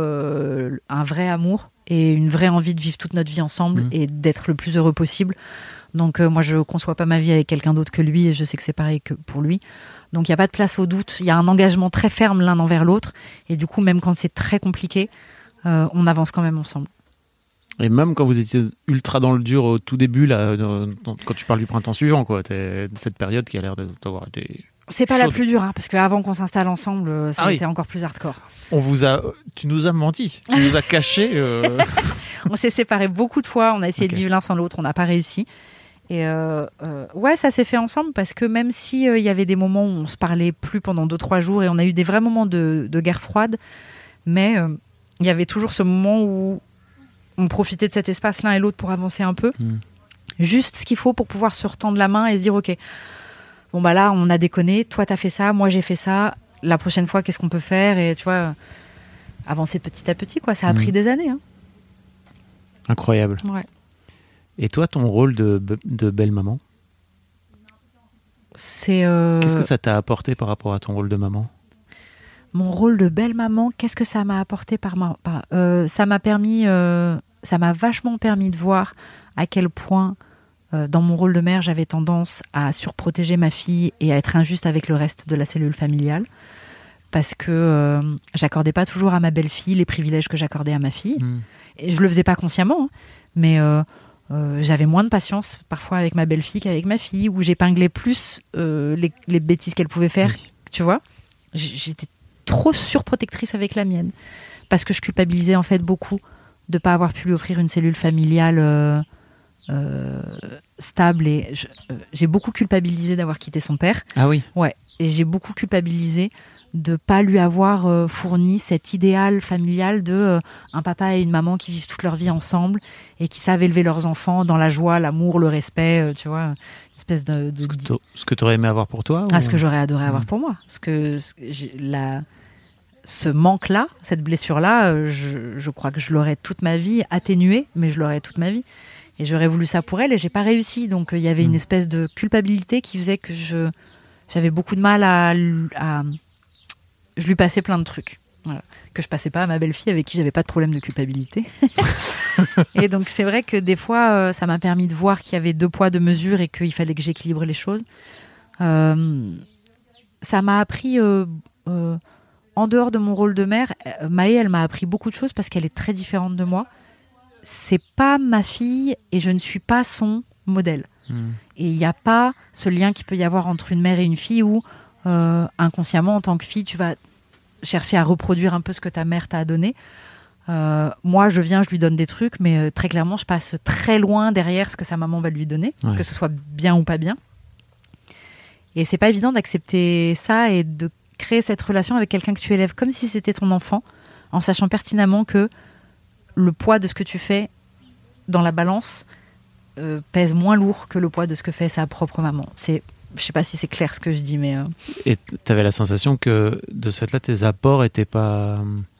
un vrai amour et une vraie envie de vivre toute notre vie ensemble et d'être le plus heureux possible. Donc moi je conçois pas ma vie avec quelqu'un d'autre que lui et je sais que c'est pareil que pour lui. Donc il n'y a pas de place au doute, il y a un engagement très ferme l'un envers l'autre et du coup même quand c'est très compliqué, on avance quand même ensemble. Et même quand vous étiez ultra dans le dur au tout début, là, quand tu parles du printemps suivant, quoi, cette période qui a l'air d'avoir été... C'est pas la plus dure, hein, parce qu'avant qu'on s'installe ensemble, ça a été encore plus hardcore. Tu nous as menti, tu nous as caché. On s'est séparés beaucoup de fois, on a essayé de vivre l'un sans l'autre, on n'a pas réussi. Et ouais, ça s'est fait ensemble parce que même si y avait des moments où on se parlait plus pendant 2-3 jours et on a eu des vrais moments de guerre froide, mais il y avait toujours ce moment où on profitait de cet espace l'un et l'autre pour avancer un peu. Juste ce qu'il faut pour pouvoir se retendre la main et se dire ok, bon là on a déconné, toi t'as fait ça, moi j'ai fait ça, la prochaine fois qu'est-ce qu'on peut faire, et tu vois, avancer petit à petit, quoi. Ça a pris des années, hein. Incroyable. Ouais. Et toi, ton rôle de belle-maman, c'est qu'est-ce que ça t'a apporté par rapport à ton rôle de maman ? Mon rôle de belle-maman, qu'est-ce que ça m'a apporté ça m'a vachement permis de voir à quel point dans mon rôle de mère, j'avais tendance à surprotéger ma fille et à être injuste avec le reste de la cellule familiale. Parce que j'accordais pas toujours à ma belle-fille les privilèges que j'accordais à ma fille. Et je le faisais pas consciemment, hein, mais j'avais moins de patience parfois avec ma belle-fille qu'avec ma fille, où j'épinglais plus les bêtises qu'elle pouvait faire, tu vois. J'étais trop surprotectrice avec la mienne, parce que je culpabilisais en fait beaucoup de pas avoir pu lui offrir une cellule familiale stable. Et j'ai beaucoup culpabilisé d'avoir quitté son père. Ah oui. Ouais, et j'ai beaucoup culpabilisé de pas lui avoir fourni cet idéal familial de un papa et une maman qui vivent toute leur vie ensemble et qui savent élever leurs enfants dans la joie, l'amour, le respect, tu vois, une espèce de ce que tu aurais aimé avoir pour toi ce que j'aurais adoré avoir pour moi. Ce manque-là, cette blessure-là, je crois que je l'aurais toute ma vie atténuée, mais je l'aurais toute ma vie. Et j'aurais voulu ça pour elle et j'ai pas réussi. Donc il y avait une espèce de culpabilité qui faisait que j'avais beaucoup de mal à je lui passais plein de trucs, voilà, que je passais pas à ma belle-fille avec qui j'avais pas de problème de culpabilité. Et donc c'est vrai que des fois ça m'a permis de voir qu'il y avait 2 poids 2 mesures et qu'il fallait que j'équilibre les choses. Ça m'a appris en dehors de mon rôle de mère, Maë, elle m'a appris beaucoup de choses parce qu'elle est très différente de moi. C'est pas ma fille et je ne suis pas son modèle. Et il n'y a pas ce lien qu'il peut y avoir entre une mère et une fille où inconsciemment, en tant que fille, tu vas chercher à reproduire un peu ce que ta mère t'a donné. Moi, je lui donne des trucs, mais très clairement, je passe très loin derrière ce que sa maman va lui donner, que ce soit bien ou pas bien. Et c'est pas évident d'accepter ça et de créer cette relation avec quelqu'un que tu élèves comme si c'était ton enfant, en sachant pertinemment que le poids de ce que tu fais dans la balance pèse moins lourd que le poids de ce que fait sa propre maman. Je sais pas si c'est clair ce que je dis, mais... Et t'avais la sensation que, de ce fait-là, tes apports n'étaient pas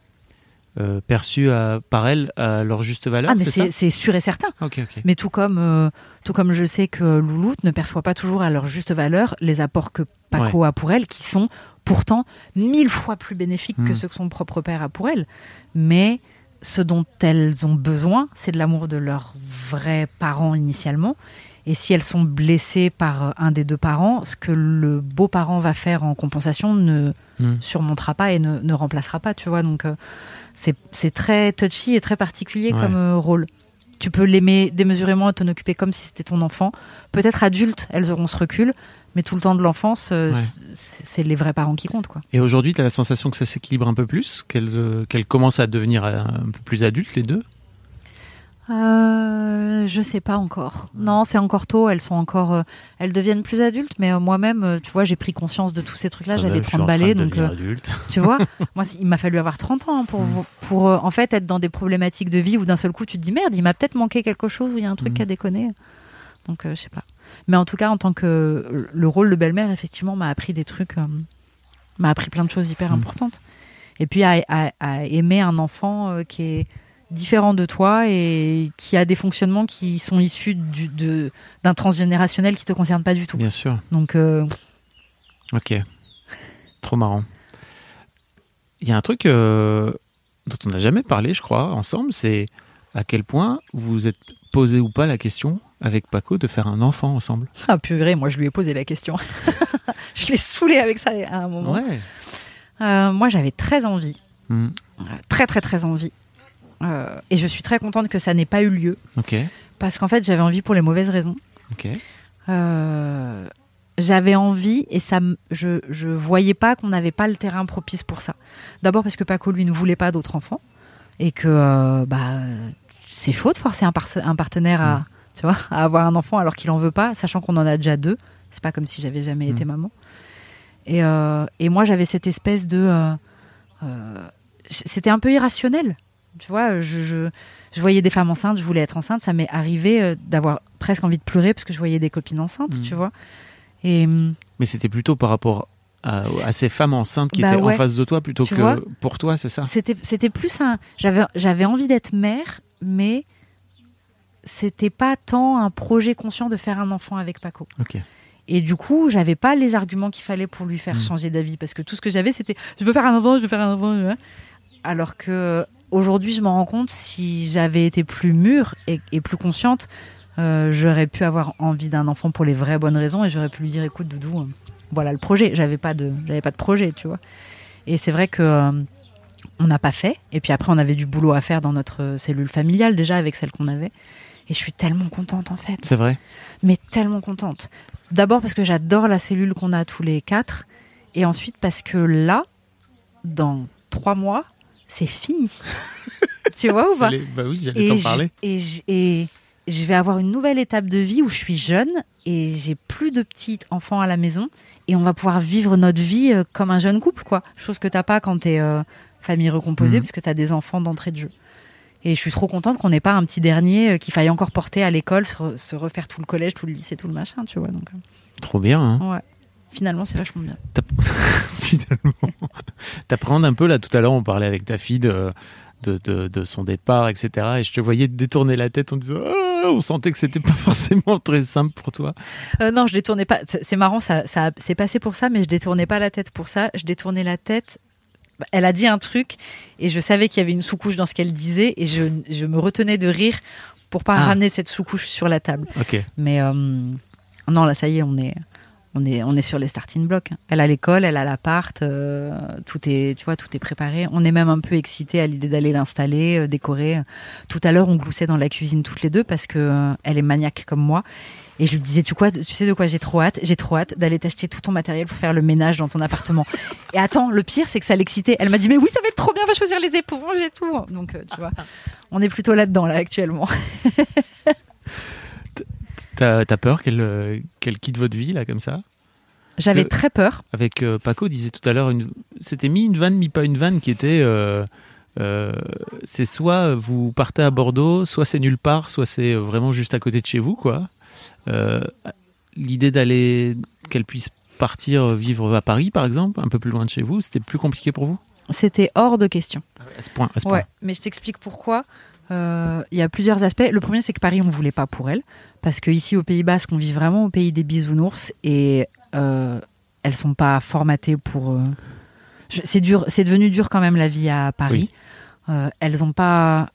perçus par elle à leur juste valeur, mais c'est sûr et certain. Okay. Mais tout comme je sais que Louloute ne perçoit pas toujours à leur juste valeur les apports que Paco a pour elle, qui sont pourtant 1000 fois plus bénéfiques que ceux que son propre père a pour elle. Mais ce dont elles ont besoin, c'est de l'amour de leurs vrais parents initialement. Et si elles sont blessées par un des 2 parents, ce que le beau-parent va faire en compensation ne surmontera pas et ne remplacera pas, tu vois. Donc, c'est très touchy et très particulier comme rôle. Tu peux l'aimer démesurément et t'en occuper comme si c'était ton enfant. Peut-être adulte, elles auront ce recul, mais tout le temps de l'enfance, c'est les vrais parents qui comptent, quoi. Et aujourd'hui, tu as la sensation que ça s'équilibre un peu plus, qu'elles commencent à devenir un peu plus adultes, les 2 ? Je sais pas encore. Non, c'est encore tôt. Elles sont encore, elles deviennent plus adultes. Mais moi-même, tu vois, j'ai pris conscience de tous ces trucs-là. J'avais 30 balais, donc tu vois. Moi, il m'a fallu avoir 30 ans pour en fait être dans des problématiques de vie où d'un seul coup tu te dis merde, il m'a peut-être manqué quelque chose, où il y a un truc qui a déconné. Donc je sais pas. Mais en tout cas, en tant que le rôle de belle-mère, effectivement, m'a appris des trucs, m'a appris plein de choses hyper importantes. Et puis à aimer un enfant qui est différent de toi et qui a des fonctionnements qui sont issus d'un transgénérationnel qui te concerne pas du tout. Bien sûr. Donc ok, trop marrant. Il y a un truc dont on n'a jamais parlé, je crois, ensemble, c'est à quel point vous vous êtes posé ou pas la question avec Paco de faire un enfant ensemble. Ah purée, moi je lui ai posé la question. Je l'ai saoulé avec ça à un moment. Moi j'avais très envie, très très très envie. Et je suis très contente que ça n'ait pas eu lieu. Parce qu'en fait, j'avais envie pour les mauvaises raisons. J'avais envie et je voyais pas qu'on n'avait pas le terrain propice pour ça. D'abord parce que Paco, lui, ne voulait pas d'autres enfants. Et que c'est chaud de forcer un partenaire à avoir un enfant alors qu'il en veut pas, sachant qu'on en a déjà 2. C'est pas comme si j'avais jamais été maman. Et moi, j'avais cette espèce de... c'était un peu irrationnel. Tu vois, je voyais des femmes enceintes, je voulais être enceinte. Ça m'est arrivé d'avoir presque envie de pleurer parce que je voyais des copines enceintes, tu vois. Mais c'était plutôt par rapport à ces femmes enceintes qui étaient en face de toi plutôt que pour toi, c'est ça ? C'était plus un... J'avais envie d'être mère, mais c'était pas tant un projet conscient de faire un enfant avec Paco. Et du coup, j'avais pas les arguments qu'il fallait pour lui faire changer d'avis, parce que tout ce que j'avais, c'était je veux faire un enfant. Alors que aujourd'hui, je m'en rends compte, si j'avais été plus mûre et plus consciente, j'aurais pu avoir envie d'un enfant pour les vraies bonnes raisons et j'aurais pu lui dire écoute Doudou, voilà le projet. J'avais pas de projet, tu vois. Et c'est vrai que on n'a pas fait. Et puis après, on avait du boulot à faire dans notre cellule familiale déjà avec celle qu'on avait. Et je suis tellement contente en fait. C'est vrai. Mais tellement contente. D'abord parce que j'adore la cellule qu'on a tous les 4. Et ensuite parce que là, dans 3 mois, c'est fini. Tu vois ou pas ? Bah oui, j'allais t'en parler. Et je vais avoir une nouvelle étape de vie où je suis jeune et j'ai plus de petits enfants à la maison. Et on va pouvoir vivre notre vie comme un jeune couple, quoi. Chose que t'as pas quand t'es famille recomposée, parce que t'as des enfants d'entrée de jeu. Et je suis trop contente qu'on n'ait pas un petit dernier qu'il faille encore porter à l'école, se refaire tout le collège, tout le lycée, tout le machin, tu vois. Donc, trop bien, hein. Ouais. Finalement, c'est vachement bien. Finalement. T'appréhendes un peu, là, tout à l'heure, on parlait avec ta fille de son départ, etc. Et je te voyais détourner la tête en disant on sentait que c'était pas forcément très simple pour toi. Non, je détournais pas. C'est marrant, ça c'est passé pour ça, mais je détournais pas la tête pour ça. Je détournais la tête. Elle a dit un truc et je savais qu'il y avait une sous-couche dans ce qu'elle disait et je me retenais de rire pour pas ramener cette sous-couche sur la table. Okay. Mais non, là, ça y est, on est sur les starting blocks. Elle a l'école, elle a l'appart, tout est préparé. On est même un peu excités à l'idée d'aller l'installer, décorer. Tout à l'heure, on gloussait dans la cuisine toutes les deux parce que elle est maniaque comme moi. Et je lui disais, tu sais de quoi j'ai trop hâte d'aller t'acheter tout ton matériel pour faire le ménage dans ton appartement. Et attends, le pire, c'est que ça l'excitait. Elle m'a dit, mais oui, ça va être trop bien, va choisir les éponges et tout. Donc, tu vois, on est plutôt là-dedans, là, actuellement. T'as peur qu'elle quitte votre vie, là, comme ça ? J'avais très peur. Avec Paco disait tout à l'heure, c'était mi-une vanne, mi-pas une vanne, qui était... c'est soit vous partez à Bordeaux, soit c'est nulle part, soit c'est vraiment juste à côté de chez vous, quoi. L'idée qu'elle puisse partir vivre à Paris, par exemple, un peu plus loin de chez vous, c'était plus compliqué pour vous ? C'était hors de question. À ce point. Ouais, mais je t'explique pourquoi. Il y a plusieurs aspects. Le premier, c'est que Paris, on ne voulait pas pour elle. Parce qu'ici, au Pays Basque, on vit vraiment au pays des bisounours. Et elles ne sont pas formatées pour... C'est devenu dur quand même, la vie à Paris. Oui. Elles n'ont pas...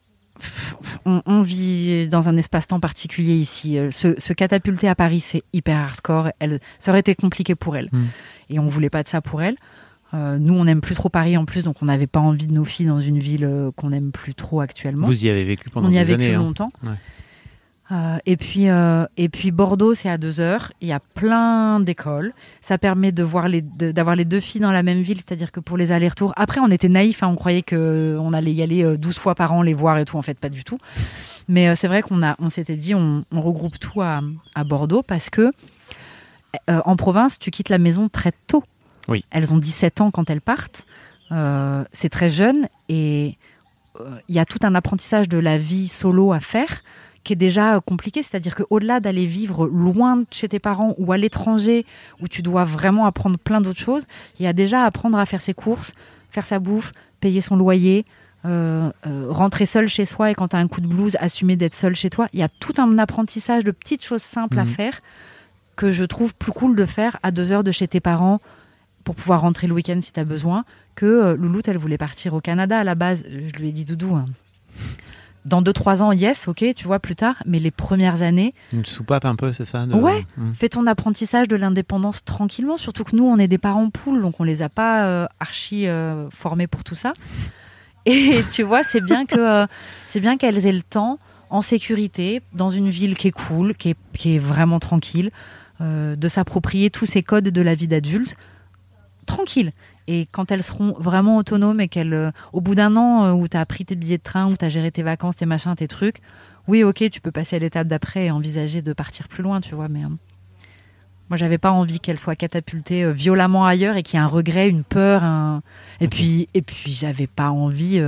On vit dans un espace-temps particulier ici. Se catapulter à Paris, c'est hyper hardcore. Ça aurait été compliqué pour elles. Et on ne voulait pas de ça pour elles. Nous, on n'aime plus trop Paris en plus, donc on n'avait pas envie de nos filles dans une ville qu'on n'aime plus trop actuellement. Vous y avez vécu pendant des années. On y a vécu longtemps. Ouais. Et puis Bordeaux, c'est à 2 heures. Il y a plein d'écoles. Ça permet d'avoir les 2 filles dans la même ville, c'est-à-dire que pour les allers-retours. Après, on était naïfs, on croyait qu'on allait y aller 12 fois par an, les voir et tout. En fait, pas du tout. Mais c'est vrai on s'était dit, on regroupe tout à Bordeaux parce que en province, tu quittes la maison très tôt. Oui. Elles ont 17 ans quand elles partent. C'est très jeune et il y a tout un apprentissage de la vie solo à faire qui est déjà compliqué. C'est-à-dire qu'au-delà d'aller vivre loin de chez tes parents ou à l'étranger où tu dois vraiment apprendre plein d'autres choses, il y a déjà apprendre à faire ses courses, faire sa bouffe, payer son loyer, rentrer seul chez soi et quand tu as un coup de blues, assumer d'être seul chez toi. Il y a tout un apprentissage de petites choses simples à faire que je trouve plus cool de faire à 2 heures de chez tes parents pour pouvoir rentrer le week-end si tu as besoin, que Louloute, elle voulait partir au Canada à la base. Je lui ai dit, Doudou, dans 2-3 ans, yes, ok, tu vois, plus tard, mais les premières années... Une soupape un peu, c'est ça Ouais, fais ton apprentissage de l'indépendance tranquillement, surtout que nous, on est des parents poules, donc on les a pas archi formés pour tout ça. Et tu vois, c'est bien qu'elles aient le temps, en sécurité, dans une ville qui est cool, qui est vraiment tranquille, de s'approprier tous ces codes de la vie d'adulte, tranquille. Et quand elles seront vraiment autonomes et qu'elles, au bout d'un an où tu as pris tes billets de train, où tu as géré tes vacances, tes machins, tes trucs, oui, ok, tu peux passer à l'étape d'après et envisager de partir plus loin, tu vois. Mais moi, j'avais pas envie qu'elles soient catapultées violemment ailleurs et qu'il y ait un regret, une peur. Et puis, j'avais pas envie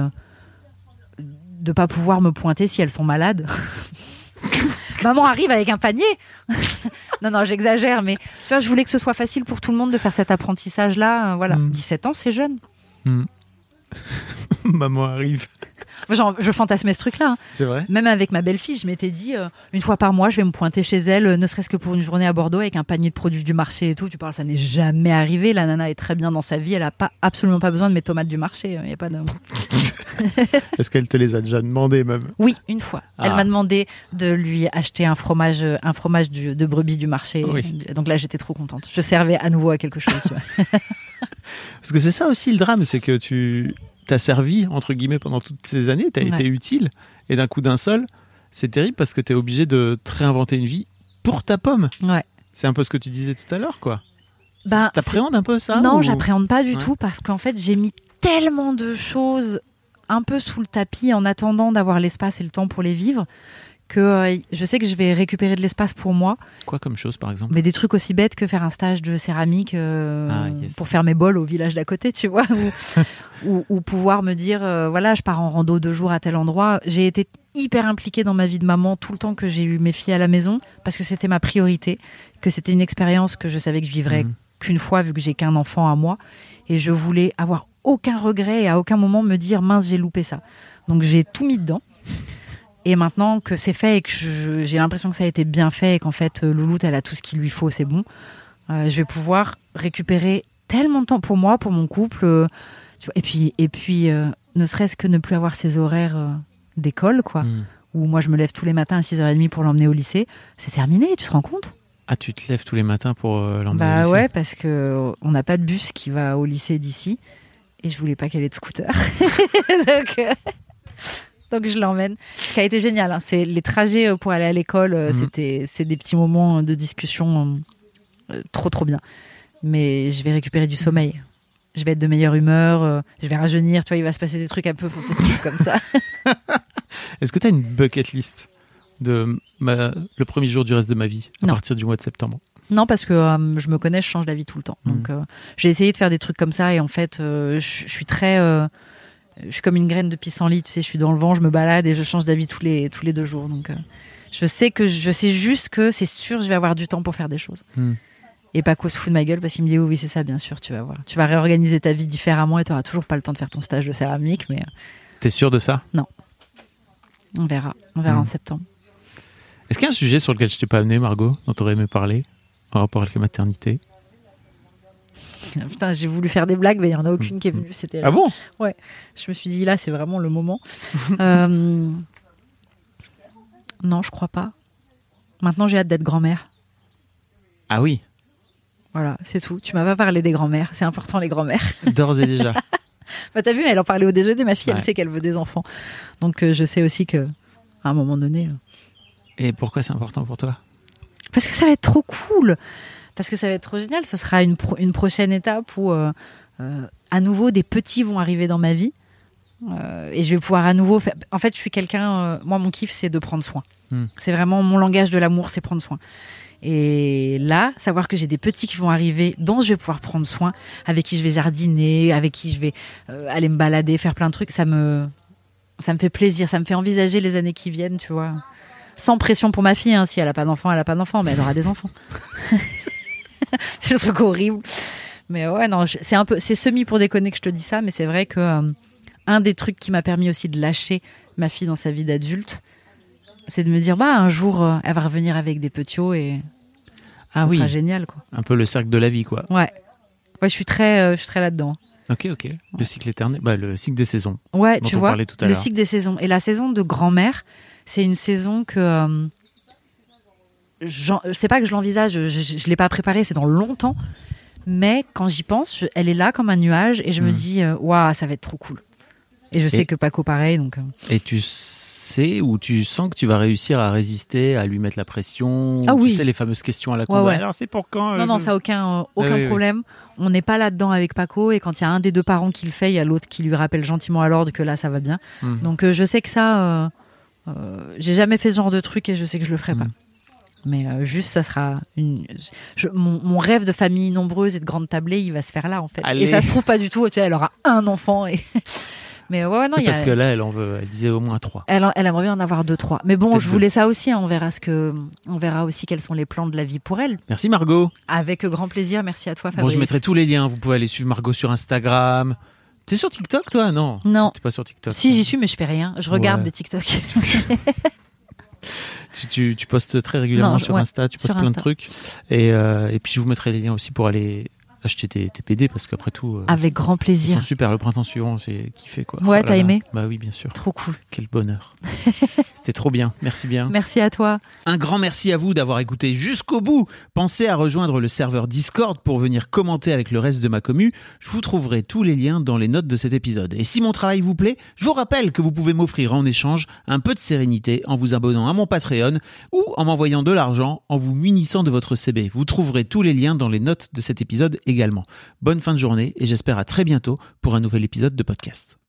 de pas pouvoir me pointer si elles sont malades. Maman arrive avec un panier. Non, j'exagère, mais tu vois, je voulais que ce soit facile pour tout le monde de faire cet apprentissage-là. Voilà, 17 ans, c'est jeune. Maman arrive. Genre, je fantasmais ce truc-là. Hein. C'est vrai. Même avec ma belle-fille, je m'étais dit, une fois par mois, je vais me pointer chez elle, ne serait-ce que pour une journée à Bordeaux avec un panier de produits du marché et tout. Tu parles, ça n'est jamais arrivé. La nana est très bien dans sa vie. Elle n'a absolument pas besoin de mes tomates du marché. Il y a pas de... Est-ce qu'elle te les a déjà demandées même? Oui, une fois. Elle m'a demandé de lui acheter un fromage de brebis du marché. Oui. Donc là, j'étais trop contente. Je servais à nouveau à quelque chose. Parce que c'est ça aussi le drame, c'est que tu t'as servi, entre guillemets, pendant toutes ces années, tu as été utile, et d'un coup d'un seul, c'est terrible parce que tu es obligé de te réinventer une vie pour ta pomme. Ouais. C'est un peu ce que tu disais tout à l'heure, quoi. Bah, t'appréhendes un peu ça? Non, ou... j'appréhende pas du tout parce qu'en fait, j'ai mis tellement de choses un peu sous le tapis en attendant d'avoir l'espace et le temps pour les vivre que je sais que je vais récupérer de l'espace pour moi. Quoi comme chose, par exemple? Mais des trucs aussi bêtes que faire un stage de céramique pour faire mes bols au village d'à côté, tu vois, ou pouvoir me dire, voilà, je pars en rando 2 jours à tel endroit. J'ai été hyper impliquée dans ma vie de maman tout le temps que j'ai eu mes filles à la maison parce que c'était ma priorité, que c'était une expérience que je savais que je vivrais qu'une fois vu que j'ai qu'un enfant à moi et je voulais avoir aucun regret et à aucun moment me dire mince, j'ai loupé ça. Donc j'ai tout mis dedans. Et maintenant que c'est fait et que j'ai l'impression que ça a été bien fait et qu'en fait Louloute elle a tout ce qu'il lui faut, c'est bon, je vais pouvoir récupérer tellement de temps pour moi, pour mon couple, tu vois, et puis ne serait-ce que ne plus avoir ces horaires d'école, quoi, où moi je me lève tous les matins à 6h30 pour l'emmener au lycée, c'est terminé, tu te rends compte? Ah, tu te lèves tous les matins pour l'emmener au lycée? Bah ouais, parce qu'on n'a pas de bus qui va au lycée d'ici et je voulais pas qu'elle ait de scooter. Donc je l'emmène. Ce qui a été génial, hein, c'est les trajets pour aller à l'école. C'est des petits moments de discussion trop bien. Mais je vais récupérer du sommeil. Je vais être de meilleure humeur. Je vais rajeunir. Tu vois, il va se passer des trucs un peu fantastiques comme ça. Est-ce que tu as une bucket list de le premier jour du reste de ma vie à partir du mois de septembre? Non, parce que je me connais, je change d'avis tout le temps. Donc j'ai essayé de faire des trucs comme ça et en fait, je suis très... je suis comme une graine de pissenlit, tu sais, je suis dans le vent, je me balade et je change d'avis tous les 2 jours. Donc, je sais juste que c'est sûr, je vais avoir du temps pour faire des choses. Et Paco se fout de ma gueule parce qu'il me dit oui, c'est ça, bien sûr, tu vas voir. Tu vas réorganiser ta vie différemment et tu n'auras toujours pas le temps de faire ton stage de céramique. Mais t'es sûr de ça? Non. On verra en septembre. Est-ce qu'il y a un sujet sur lequel je t'ai pas amené, Margot, dont tu aurais aimé parler en rapport avec la maternité? Putain, j'ai voulu faire des blagues, mais il n'y en a aucune qui est venue. C'était, ah bon? Ouais. Je me suis dit, là, c'est vraiment le moment. Non, je crois pas. Maintenant, j'ai hâte d'être grand-mère. Ah oui? Voilà, c'est tout. Tu m'as pas parlé des grands-mères. C'est important, les grands-mères. D'ores et déjà. Bah, t'as vu, elle en parlait au déjeuner. Ma fille, elle sait qu'elle veut des enfants. Donc, je sais aussi qu'à un moment donné... Et pourquoi c'est important pour toi? Parce que ça va être trop cool. Parce que ça va être trop génial. Ce sera une prochaine étape où, à nouveau, des petits vont arriver dans ma vie. Et je vais pouvoir à nouveau faire... En fait, je suis quelqu'un... moi, mon kiff, c'est de prendre soin. C'est vraiment mon langage de l'amour, c'est prendre soin. Et là, savoir que j'ai des petits qui vont arriver, dont je vais pouvoir prendre soin, avec qui je vais jardiner, avec qui je vais aller me balader, faire plein de trucs, ça me fait plaisir. Ça me fait envisager les années qui viennent, tu vois. Sans pression pour ma fille, hein. Si elle n'a pas d'enfant, elle n'a pas d'enfant, mais elle aura des enfants. C'est le truc horrible. Mais ouais, non, c'est semi pour déconner que je te dis ça, mais c'est vrai que un des trucs qui m'a permis aussi de lâcher ma fille dans sa vie d'adulte, c'est de me dire, bah, un jour, elle va revenir avec des petits et ça sera génial, quoi. Un peu le cercle de la vie, quoi. Ouais, je suis très là-dedans. Ok. Le cycle éternel, le cycle des saisons. Ouais, tu vois, le cycle des saisons. Et la saison de grand-mère, c'est une saison que... c'est pas que je l'envisage, je l'ai pas préparée, c'est dans longtemps. Mais quand j'y pense, elle est là comme un nuage et je me dis, waouh, ça va être trop cool. Et je sais que Paco, pareil. Donc... Et tu sais ou tu sens que tu vas réussir à résister, à lui mettre la pression? Ah oui. Tu sais, les fameuses questions à la con. Ouais. Alors, c'est pour quand? Non, ça n'a aucun problème. Oui. On n'est pas là-dedans avec Paco. Et quand il y a un des 2 parents qui le fait, il y a l'autre qui lui rappelle gentiment à l'ordre que là, ça va bien. Donc, je sais que ça... j'ai jamais fait ce genre de truc et je sais que je le ferai pas. Mais juste, ça sera mon rêve de famille nombreuse et de grande tablée, il va se faire là, en fait. Allez. Et ça se trouve pas du tout. Tu sais, elle aura un enfant et... Mais ouais, non, parce que là, elle en veut, elle disait au moins 3. Elle aimerait bien en avoir 2, 3. Mais bon, peut-être je voulais ça aussi. Hein. On verra aussi quels sont les plans de la vie pour elle. Merci Margot. Avec grand plaisir. Merci à toi, Fabrice. Bon, je mettrai tous les liens. Vous pouvez aller suivre Margot sur Instagram, T'es sur TikTok, toi? Non. Non. T'es pas sur TikTok. Si, j'y suis, mais je fais rien. Je regarde Ouais. des TikTok. Tu postes très régulièrement sur Insta, tu postes sur plein Insta. de trucs. Et puis je vous mettrai les liens aussi pour aller acheter tes PD parce qu'après tout, Avec grand ils plaisir. sont super. Le printemps suivant, c'est kiffé quoi. Ouais, Oh là t'as là. aimé? Bah oui, bien sûr. Trop cool. Quel bonheur. C'était trop bien. Merci bien. Merci à toi. Un grand merci à vous d'avoir écouté jusqu'au bout. Pensez à rejoindre le serveur Discord pour venir commenter avec le reste de ma commu. Je vous trouverai tous les liens dans les notes de cet épisode. Et si mon travail vous plaît, je vous rappelle que vous pouvez m'offrir en échange un peu de sérénité en vous abonnant à mon Patreon ou en m'envoyant de l'argent en vous munissant de votre CB. Vous trouverez tous les liens dans les notes de cet épisode également. Bonne fin de journée et j'espère à très bientôt pour un nouvel épisode de podcast.